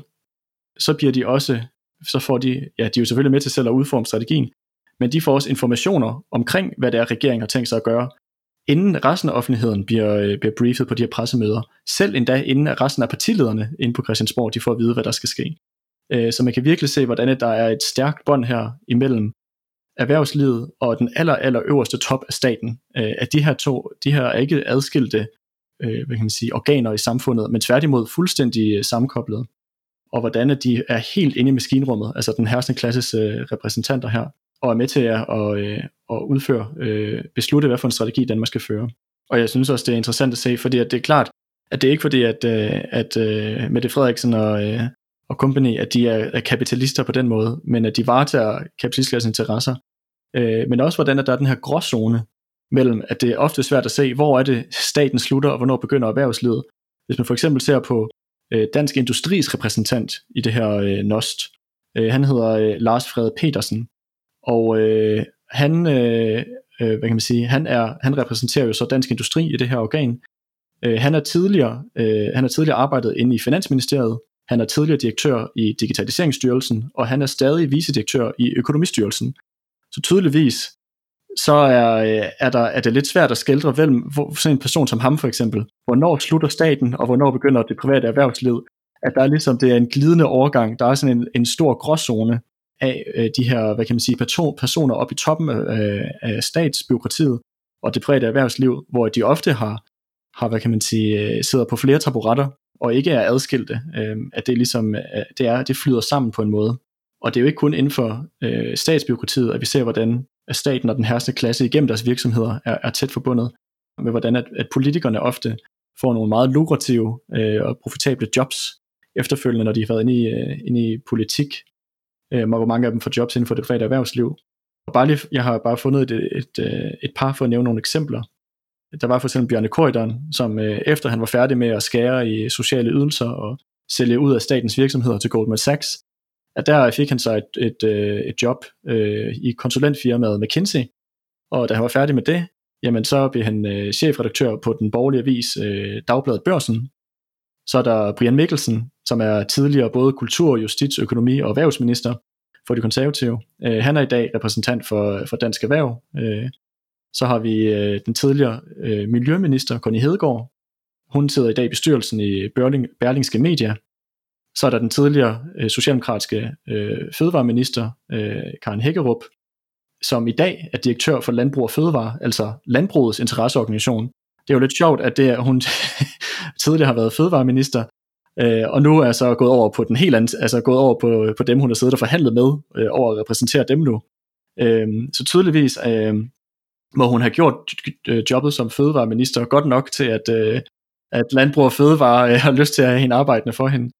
så bliver de også, så får de, ja, de er jo selvfølgelig med til selv at udforme strategien, men de får også informationer omkring, hvad det er, regeringen har tænkt sig at gøre, inden resten af offentligheden bliver, øh, bliver briefet på de her pressemøder. Selv endda inden resten af partilederne inde på Christiansborg, de får at vide, hvad der skal ske. Øh, så man kan virkelig se, hvordan der er et stærkt bånd her imellem erhvervslivet og den aller, aller øverste top af staten. Øh, at de her to, de her er ikke adskilte øh, hvad kan man sige, organer i samfundet, men tværtimod fuldstændig øh, sammenkoblet. Og hvordan at de er helt inde i maskinrummet, altså den herskende klasses øh, repræsentanter her, og er med til at, og, øh, at udføre, øh, beslutte, hvad for en strategi Danmark skal føre. Og jeg synes også, det er interessant at se, fordi at det er klart, at det er ikke fordi, at, øh, at øh, Mette Frederiksen og, øh, og company, at de er, er kapitalister på den måde, men at de varetager kapitalistklassens interesser. Øh, men også hvordan at der er den her gråzone mellem, at det er ofte svært at se, hvor er det staten slutter, og hvornår begynder erhvervslivet. Hvis man for eksempel ser på øh, Dansk Industris repræsentant i det her øh, N O S T, øh, han hedder øh, Lars Frede Petersen, og øh, han, øh, øh, hvad kan man sige, han, er, han repræsenterer jo så Dansk Industri i det her organ. Øh, han, er tidligere, øh, han er tidligere arbejdet inde i Finansministeriet, han er tidligere direktør i Digitaliseringsstyrelsen, og han er stadig vicedirektør i Økonomistyrelsen. Så tydeligvis, så er, er, der, er det lidt svært at skildre, vel, hvor, sådan en person som ham for eksempel, hvornår slutter staten, og hvornår begynder det private erhvervsliv, at der er ligesom, det er en glidende overgang, der er sådan en, en stor gråzone af øh, de her, hvad kan man sige, personer oppe i toppen af, af statsbureaukratiet og det private erhvervsliv, hvor de ofte har, har hvad kan man sige, sidder på flere taburetter, og ikke er adskilte, øh, at det ligesom, det, er, det flyder sammen på en måde. Og det er jo ikke kun inden for øh, statsbureaukratiet, at vi ser, hvordan staten og den herskende klasse igennem deres virksomheder er, er tæt forbundet med, hvordan at, at politikerne ofte får nogle meget lukrative øh, og profitable jobs efterfølgende, når de har været inde i, øh, inde i politik, øh, og hvor mange af dem får jobs inden for det private erhvervsliv. Og bare lige, jeg har bare fundet et, et, et, et par for at nævne nogle eksempler. Der var for eksempel Bjarne Corydon, som øh, efter han var færdig med at skære i sociale ydelser og sælge ud af statens virksomheder til Goldman Sachs, at der fik han så et, et, et job øh, i konsulentfirmaet McKinsey, og da han var færdig med det, jamen så blev han øh, chefredaktør på den borgerlige avis øh, Dagbladet Børsen. Så er der Brian Mikkelsen, som er tidligere både kultur-, justits-, økonomi- og erhvervsminister for de konservative. Øh, han er i dag repræsentant for, for Dansk Erhverv. Øh, så har vi øh, den tidligere øh, miljøminister, Connie Hedegaard. Hun sidder i dag i bestyrelsen i Berling, Berlingske Media. Så er der den tidligere øh, socialdemokratiske øh, fødevareminister, øh, Karen Hækkerup, som i dag er direktør for Landbrug og Fødevare, altså landbrugets interesseorganisation. Det er jo lidt sjovt, at det er, hun tidligere har været fødevareminister, øh, og nu er så gået over på den helt anden, altså gået over på, på dem, hun har siddet og forhandlet med, øh, over at repræsentere dem nu. Øh, så tydeligvis øh, må hun have gjort jobbet som fødevareminister godt nok til, at, øh, at Landbrug og Fødevare øh, har lyst til at have hende arbejdende for hende.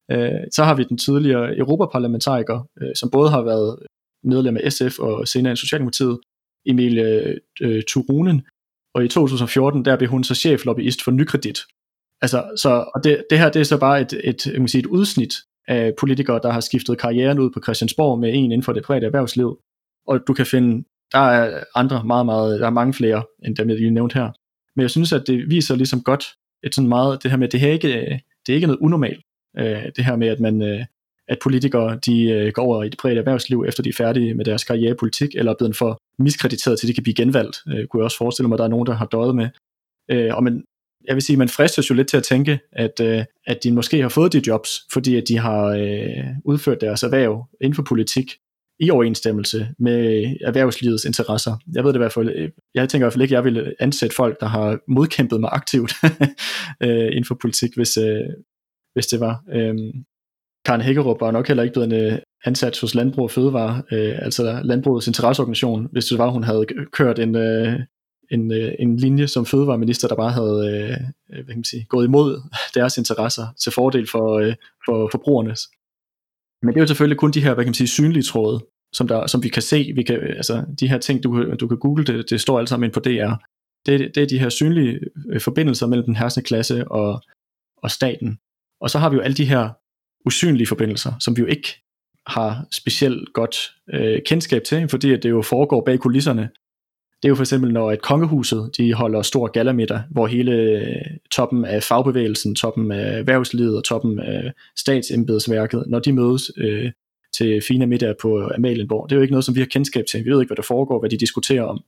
Så har vi den tidligere europaparlamentariker, som både har været medlem af S F og senere i Socialdemokratiet, Emilie øh, Turunen, og i to tusind og fjorten der blev hun så cheflobbyist for Nykredit. Altså, så, og det, det her det er så bare et, et, jeg må sige, et udsnit af politikere, der har skiftet karrieren ud på Christiansborg med en inden for det private erhvervsliv, og du kan finde, der er andre meget, meget, der er mange flere, end dem, jeg lige nævnte her. Men jeg synes, at det viser ligesom godt, et sådan meget, det her med, det her ikke, det er ikke noget unormalt, det her med, at man, at politikere, de går over i det private erhvervsliv, efter de er færdige med deres karriere i politik, eller er blevet for miskrediteret til, de kan blive genvalgt, kunne jeg også forestille mig, at der er nogen, der har døjet med. Og man, jeg vil sige, man fristes jo lidt til at tænke, at, at de måske har fået de jobs, fordi at de har udført deres erhverv inden for politik, i overensstemmelse med erhvervslivets interesser. Jeg ved det i hvert fald, jeg tænker i hvert fald ikke, at jeg ville ansætte folk, der har modkæmpet mig aktivt inden for politik, hvis, hvis det var. Karen Hækkerup var nok heller ikke blevet ansat hos Landbrug og Fødevare, altså Landbrugets interesseorganisation, hvis det var, hun havde kørt en, en, en linje som fødevareminister, der bare havde hvad kan man sige, gået imod deres interesser til fordel for, for forbrugernes. Men det er jo selvfølgelig kun de her, hvad kan man sige, synlige tråde, som, der, som vi kan se. Vi kan, altså de her ting, du, du kan google, det, det står alt sammen ind på D R. Det, det er de her synlige forbindelser mellem den herskende klasse og, og staten. Og så har vi jo alle de her usynlige forbindelser, som vi jo ikke har specielt godt øh, kendskab til, fordi at det jo foregår bag kulisserne. Det er jo for eksempel, når et kongehuset, de holder stor gallamiddag, hvor hele toppen af fagbevægelsen, toppen af erhvervslivet og toppen af statsembedsværket, når de mødes øh, til fine middag på Amalienborg, det er jo ikke noget, som vi har kendskab til. Vi ved ikke, hvad der foregår, hvad de diskuterer om.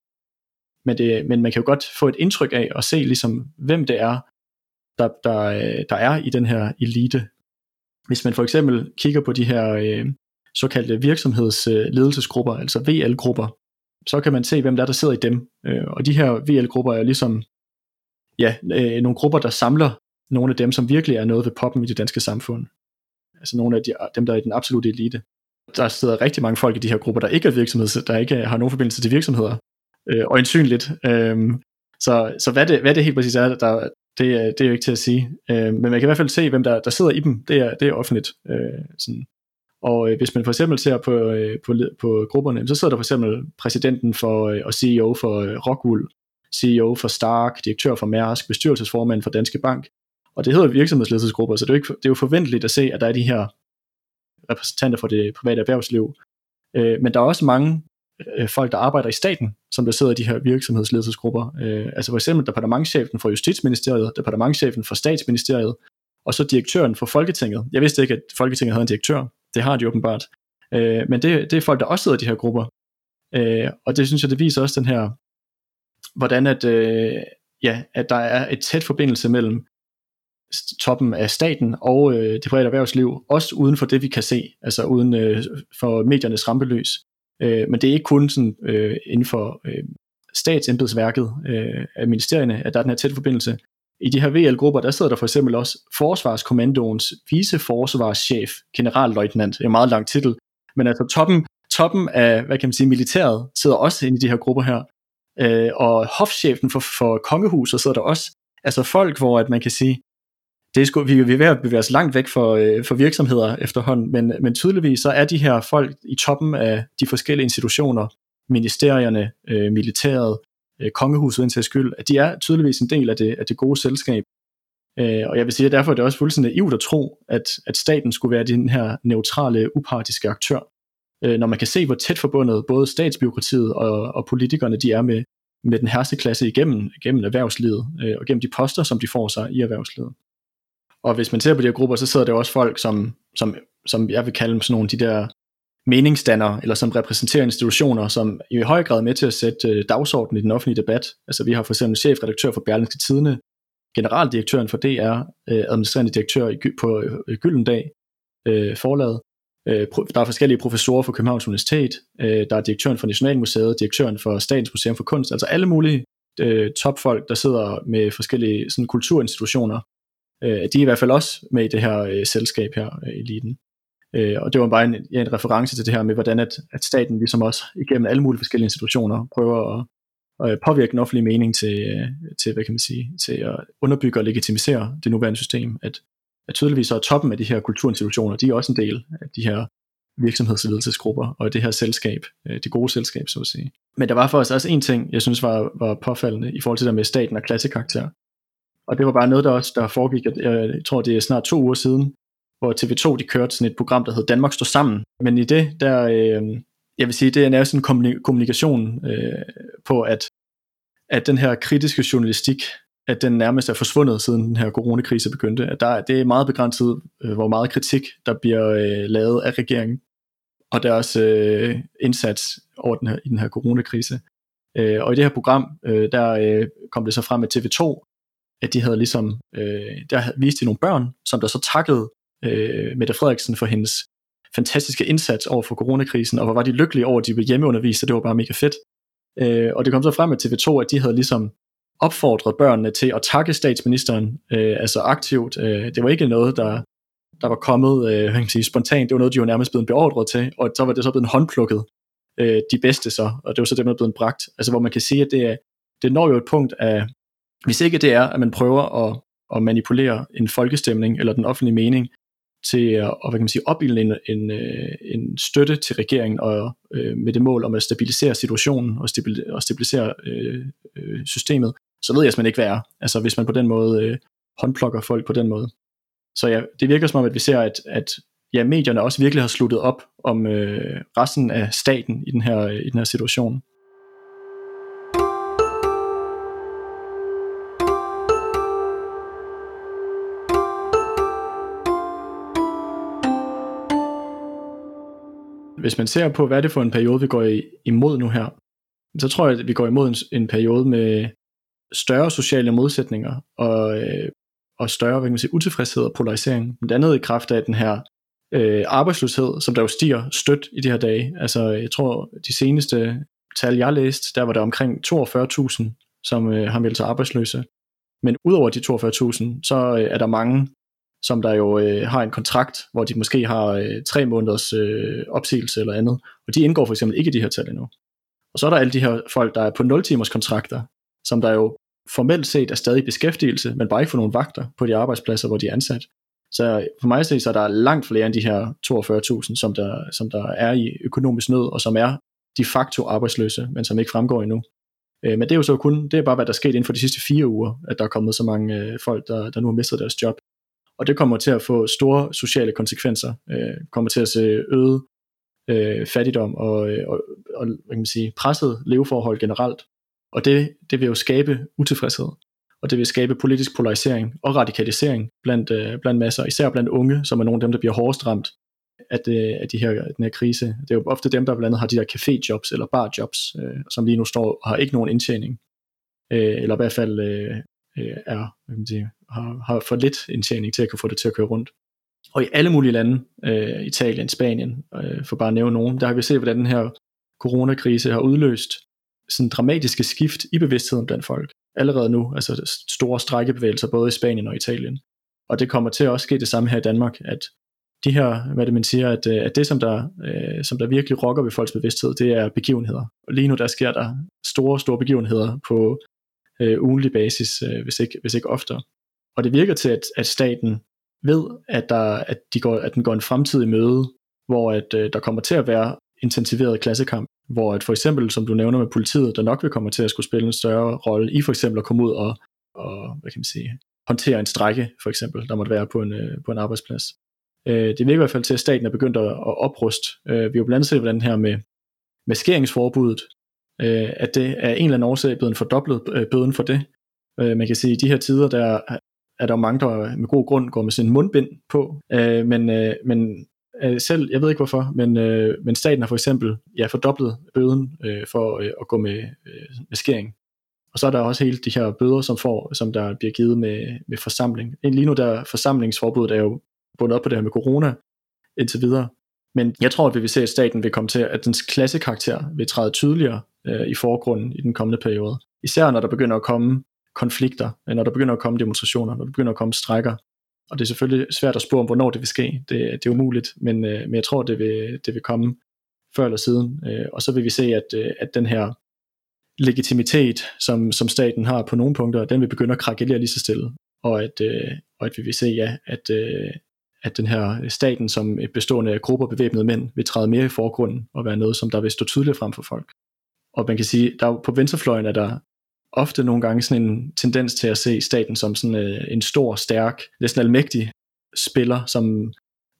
Men, det, men man kan jo godt få et indtryk af at se, ligesom, hvem det er, der, der, der er i den her elite. Hvis man for eksempel kigger på de her øh, såkaldte virksomhedsledelsesgrupper, altså V L-grupper, så kan man se, hvem der er, der sidder i dem. Og de her V L-grupper er ligesom ja, nogle grupper, der samler nogle af dem, som virkelig er noget ved poppen i det danske samfund. Altså nogle af de, dem, der er i den absolute elite. Der sidder rigtig mange folk i de her grupper, der ikke er virksomheder, der ikke har nogen forbindelse til virksomheder. Og ensynligt. Så, så hvad, det, hvad det helt præcis er, der, det, det er jo ikke til at sige. Men man kan i hvert fald se, hvem der, der sidder i dem. Det er, det er offentligt. Sådan. Og øh, hvis man for eksempel ser på, øh, på, på grupperne, så sidder der for eksempel præsidenten for, øh, og C E O for øh, Rockwool, C E O for Stark, direktør for Mærsk, bestyrelsesformand for Danske Bank. Og det hedder virksomhedsledelsesgrupper, så det er, jo ikke, det er jo forventeligt at se, at der er de her repræsentanter for det private erhvervsliv. Øh, men der er også mange øh, folk, der arbejder i staten, som der sidder i de her virksomhedsledelsesgrupper. Øh, altså for eksempel departementschefen for Justitsministeriet, departementschefen for Statsministeriet, og så direktøren for Folketinget. Jeg vidste ikke, at Folketinget havde en direktør. Det har de åbenbart. Øh, men det, det er folk, der også sidder i de her grupper. Øh, og det synes jeg, det viser også den her, hvordan at, øh, ja, at der er et tæt forbindelse mellem toppen af staten og øh, det private erhvervsliv, også uden for det, vi kan se, altså uden øh, for mediernes rampelys. Øh, men det er ikke kun sådan, øh, inden for øh, statsembedsværket øh, af ministerierne, at der er den her tæt forbindelse. I de her V L-grupper, der sidder der for eksempel også Forsvarskommandoens viceforsvarschef, generalløjtnant, det er en meget lang titel, men altså toppen, toppen af, hvad kan man sige, militæret sidder også inde i de her grupper her, øh, og hofchefen for, for kongehuset sidder der også, altså folk, hvor at man kan sige, det er sgu, vi, vi er ved at bevæge os langt væk for, øh, for virksomheder efterhånden, men, men tydeligvis så er de her folk i toppen af de forskellige institutioner, ministerierne, øh, militæret, kongehuset indtil skyld, at de er tydeligvis en del af det, af det gode selskab. Øh, og jeg vil sige, at derfor er det også fuldstændig naivt at tro, at, at staten skulle være den her neutrale, upartiske aktør. Øh, når man kan se, hvor tæt forbundet både statsbyråkratiet og, og politikerne de er med, med den herseklasse igennem, igennem erhvervslivet, øh, og gennem de poster, som de får sig i erhvervslivet. Og hvis man ser på de her grupper, så sidder der også folk, som, som, som jeg vil kalde sådan nogle de der meningsdannere, eller som repræsenterer institutioner, som i høj grad er med til at sætte øh, dagsordenen i den offentlige debat. Altså vi har for eksempel chefredaktør for Berlingske Tidende, generaldirektøren for D R, øh, administrerende direktør i, på øh, Gyldendal øh, forlaget. Øh, pro, der er forskellige professorer for Københavns Universitet, øh, der er direktøren for Nationalmuseet, direktøren for Statens Museum for Kunst, altså alle mulige øh, topfolk, der sidder med forskellige sådan, kulturinstitutioner. Øh, de er i hvert fald også med i det her øh, selskab her, øh, eliten. Øh, og det var bare en, ja, en reference til det her med, hvordan at, at staten ligesom også igennem alle mulige forskellige institutioner prøver at, at påvirke den offentlige mening til, til, hvad kan man sige, til at underbygge og legitimisere det nuværende system. At, at tydeligvis så er toppen af de her kulturinstitutioner, de er også en del af de her virksomhedsledelsesgrupper og det her selskab, det gode selskab, så at sige. Men der var for os også en ting, jeg synes var, var påfaldende i forhold til det med staten og klassekarakter. Og det var bare noget, der også der foregik, jeg tror det er snart to uger siden, hvor T V to de kørte sådan et program, der hed Danmark står sammen. Men i det, der, øh, jeg vil sige, det er nærmest sådan en kommunikation øh, på, at, at den her kritiske journalistik, at den nærmest er forsvundet, siden den her coronakrise begyndte. At der, det er meget begrænset, øh, hvor meget kritik, der bliver øh, lavet af regeringen, og deres øh, indsats over den her, i den her coronakrise. Øh, og i det her program, øh, der øh, kom det så frem med T V to, at de havde ligesom, øh, der havde vist de nogle børn, som der så takkede øh, Mette Frederiksen for hendes fantastiske indsats over for coronakrisen, og hvor var de lykkelige over, at de blev hjemmeundervist, og det var bare mega fedt. Øh, og det kom så frem med T V to, at de havde ligesom opfordret børnene til at takke statsministeren, øh, altså aktivt. Øh, det var ikke noget, der, der var kommet øh, hvad kan man sige, spontant, det var noget, de var nærmest blevet beordret til, og så var det så blevet håndplukket, øh, de bedste så, og det var så det, der blevet bragt. Altså hvor man kan sige, at det, er, det når jo et punkt af, hvis ikke det er, at man prøver at, at manipulere en folkestemning, eller den offentlige mening, til at hvad kan man sige, opbilde en, en, en støtte til regeringen, og øh, med det mål om at stabilisere situationen, og, stabil, og stabilisere øh, øh, systemet, så ved jeg simpelthen ikke, hvad er. Altså hvis man på den måde øh, håndplukker folk på den måde. Så ja, det virker som om, at vi ser, at, at ja, medierne også virkelig har sluttet op om øh, resten af staten i den her, i den her situation. Hvis man ser på, hvad det er for en periode, vi går imod nu her, så tror jeg, at vi går imod en, en periode med større sociale modsætninger og, øh, og større hvad kan man sige, utilfredshed og polarisering. Blandt andet i kraft af den her øh, arbejdsløshed, som der jo stiger stødt i de her dage. Altså jeg tror, de seneste tal, jeg læste, der var der omkring toogfyrre tusind, som øh, har meldt sig arbejdsløse. Men udover de toogfyrre tusind, så øh, er der mange, som der jo øh, har en kontrakt, hvor de måske har øh, tre måneders øh, opsigelse eller andet, og de indgår for eksempel ikke i de her tal endnu. Og så er der alle de her folk, der er på nul timers kontrakter, som der jo formelt set er stadig i beskæftigelse, men bare ikke får nogen vagter på de arbejdspladser, hvor de er ansat. Så for mig at se, så er der langt flere end de her toogfyrre tusind, som der, som der er i økonomisk nød, og som er de facto arbejdsløse, men som ikke fremgår endnu. Øh, men det er jo så kun, det er bare hvad der er sket inden for de sidste fire uger, at der er kommet så mange øh, folk, der, der nu har mistet deres job. Og det kommer til at få store sociale konsekvenser, øh, kommer til at se øget øh, fattigdom og, og, og hvad kan man sige, presset leveforhold generelt. Og det, det vil jo skabe utilfredshed, og det vil skabe politisk polarisering og radikalisering blandt, øh, blandt masser, især blandt unge, som er nogle af dem, der bliver hårdest ramt af, det, af de her, den her krise. Det er jo ofte dem, der blandt andet har de der caféjobs eller barjobs, øh, som lige nu står og har ikke nogen indtjening, øh, eller i hvert fald øh, er, hvad kan man sige, har, har for lidt indtjening til at kunne få det til at køre rundt. Og i alle mulige lande, øh, Italien, Spanien, øh, for bare at nævne nogen, der har vi set, hvordan den her coronakrise har udløst sådan dramatiske skift i bevidstheden blandt folk. Allerede nu, altså store strejkebevægelser både i Spanien og Italien. Og det kommer til at også ske det samme her i Danmark, at de her, hvad det man siger, at, at det som der, øh, som der virkelig rokker ved folks bevidsthed, det er begivenheder. Og lige nu der sker der store, store begivenheder på øh, ugentlig basis, øh, hvis, ikke, hvis ikke oftere. Og det virker til, at, at staten ved, at, der, at, de går, at den går en fremtid i møde, hvor at, øh, der kommer til at være intensiveret klassekamp, hvor at for eksempel, som du nævner med politiet, der nok vil komme til at skulle spille en større rolle i for eksempel at komme ud og, og hvad kan man sige, håndtere en strejke, for eksempel, der måtte være på en, på en arbejdsplads. Øh, det virker i hvert fald til, at staten er begyndt at, at opruste. Øh, vi har jo blandt andet set, hvordan her med maskeringsforbuddet, øh, at det er en eller anden årsag blevet fordoblet øh, bøden for det. Øh, man kan sige, at i de her tider, der er der mange, der med god grund går med sin mundbind på, øh, men, øh, men øh, selv, jeg ved ikke hvorfor, men, øh, men staten har for eksempel ja, fordoblet bøden øh, for øh, at gå med øh, maskering. Og så er der også hele de her bøder, som, får, som der bliver givet med, med forsamling. Lige nu der forsamlingsforbuddet er jo bundet op på det her med corona indtil videre. Men jeg tror, at vi vil se, at staten vil komme til, at dens klassekarakter vil træde tydeligere øh, i forgrunden i den kommende periode. Især når der begynder at komme konflikter, når der begynder at komme demonstrationer, når der begynder at komme strejker. Og det er selvfølgelig svært at spå om, hvornår det vil ske. Det, det er umuligt, men, øh, men jeg tror, det vil, det vil komme før eller siden. Øh, og så vil vi se, at, øh, at den her legitimitet, som, som staten har på nogle punkter, den vil begynde at krakelere lige så stille. Og at, øh, og at vi vil se, ja, at, øh, at den her staten som et bestående af grupper bevæbnede mænd vil træde mere i forgrunden og være noget, som der vil stå tydeligt frem for folk. Og man kan sige, der på venstrefløjen er der ofte nogle gange sådan en tendens til at se staten som sådan øh, en stor, stærk, næsten almægtig spiller, som,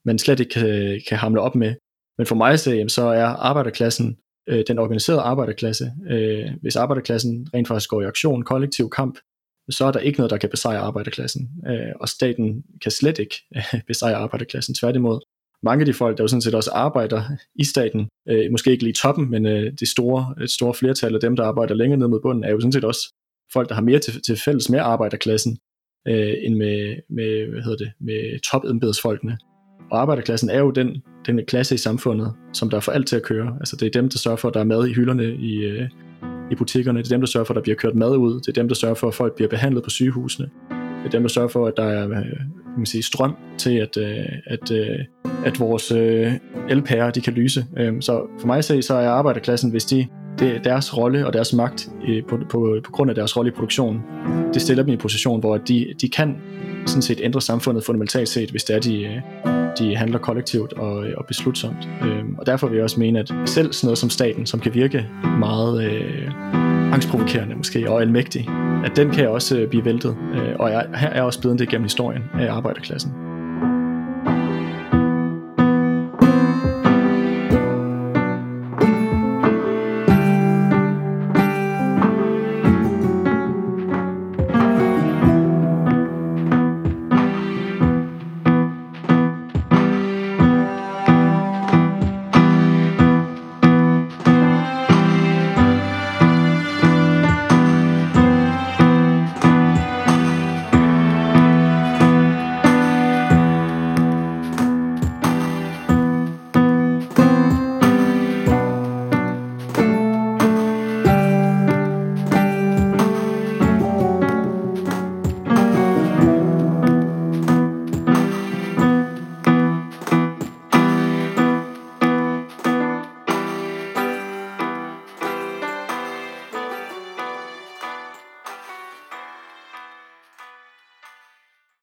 man slet ikke kan, kan hamle op med. Men for mig at se, så er arbejderklassen, øh, den organiserede arbejderklasse, øh, hvis arbejderklassen rent faktisk går i aktion, kollektiv kamp, så er der ikke noget, der kan besejre arbejderklassen. Øh, og staten kan slet ikke øh, besejre arbejderklassen. Tværtimod, mange af de folk, der jo sådan set også arbejder i staten, øh, måske ikke lige toppen, men øh, det store, et store flertal af dem, der arbejder længere ned mod bunden, er jo sådan set også folk, der har mere til, til fælles med arbejderklassen, øh, end med, med, hvad hedder det, med topembedsfolkene. Og arbejderklassen er jo den, den klasse i samfundet, som der får alt til at køre. Altså det er dem, der sørger for, at der er mad i hylderne i, øh, i butikkerne. Det er dem, der sørger for, at der bliver kørt mad ud. Det er dem, der sørger for, at folk bliver behandlet på sygehusene. Det er dem, der sørger for, at der er kan man sige, strøm til, at, at, at vores elpærer de kan lyse. Så for mig at se, så er arbejderklassen, hvis de, det er deres rolle og deres magt på, på, på grund af deres rolle i produktionen, det stiller dem i en position, hvor de, de kan sådan set ændre samfundet fundamentalt set, hvis det er, de, de handler kollektivt og, og beslutsomt. Og derfor vil jeg også mene, at selv sådan noget som staten, som kan virke meget øh, angstprovokerende måske, og almægtig, at den kan også øh, blive væltet, øh, og er, her er også blevet det gennem historien af arbejderklassen.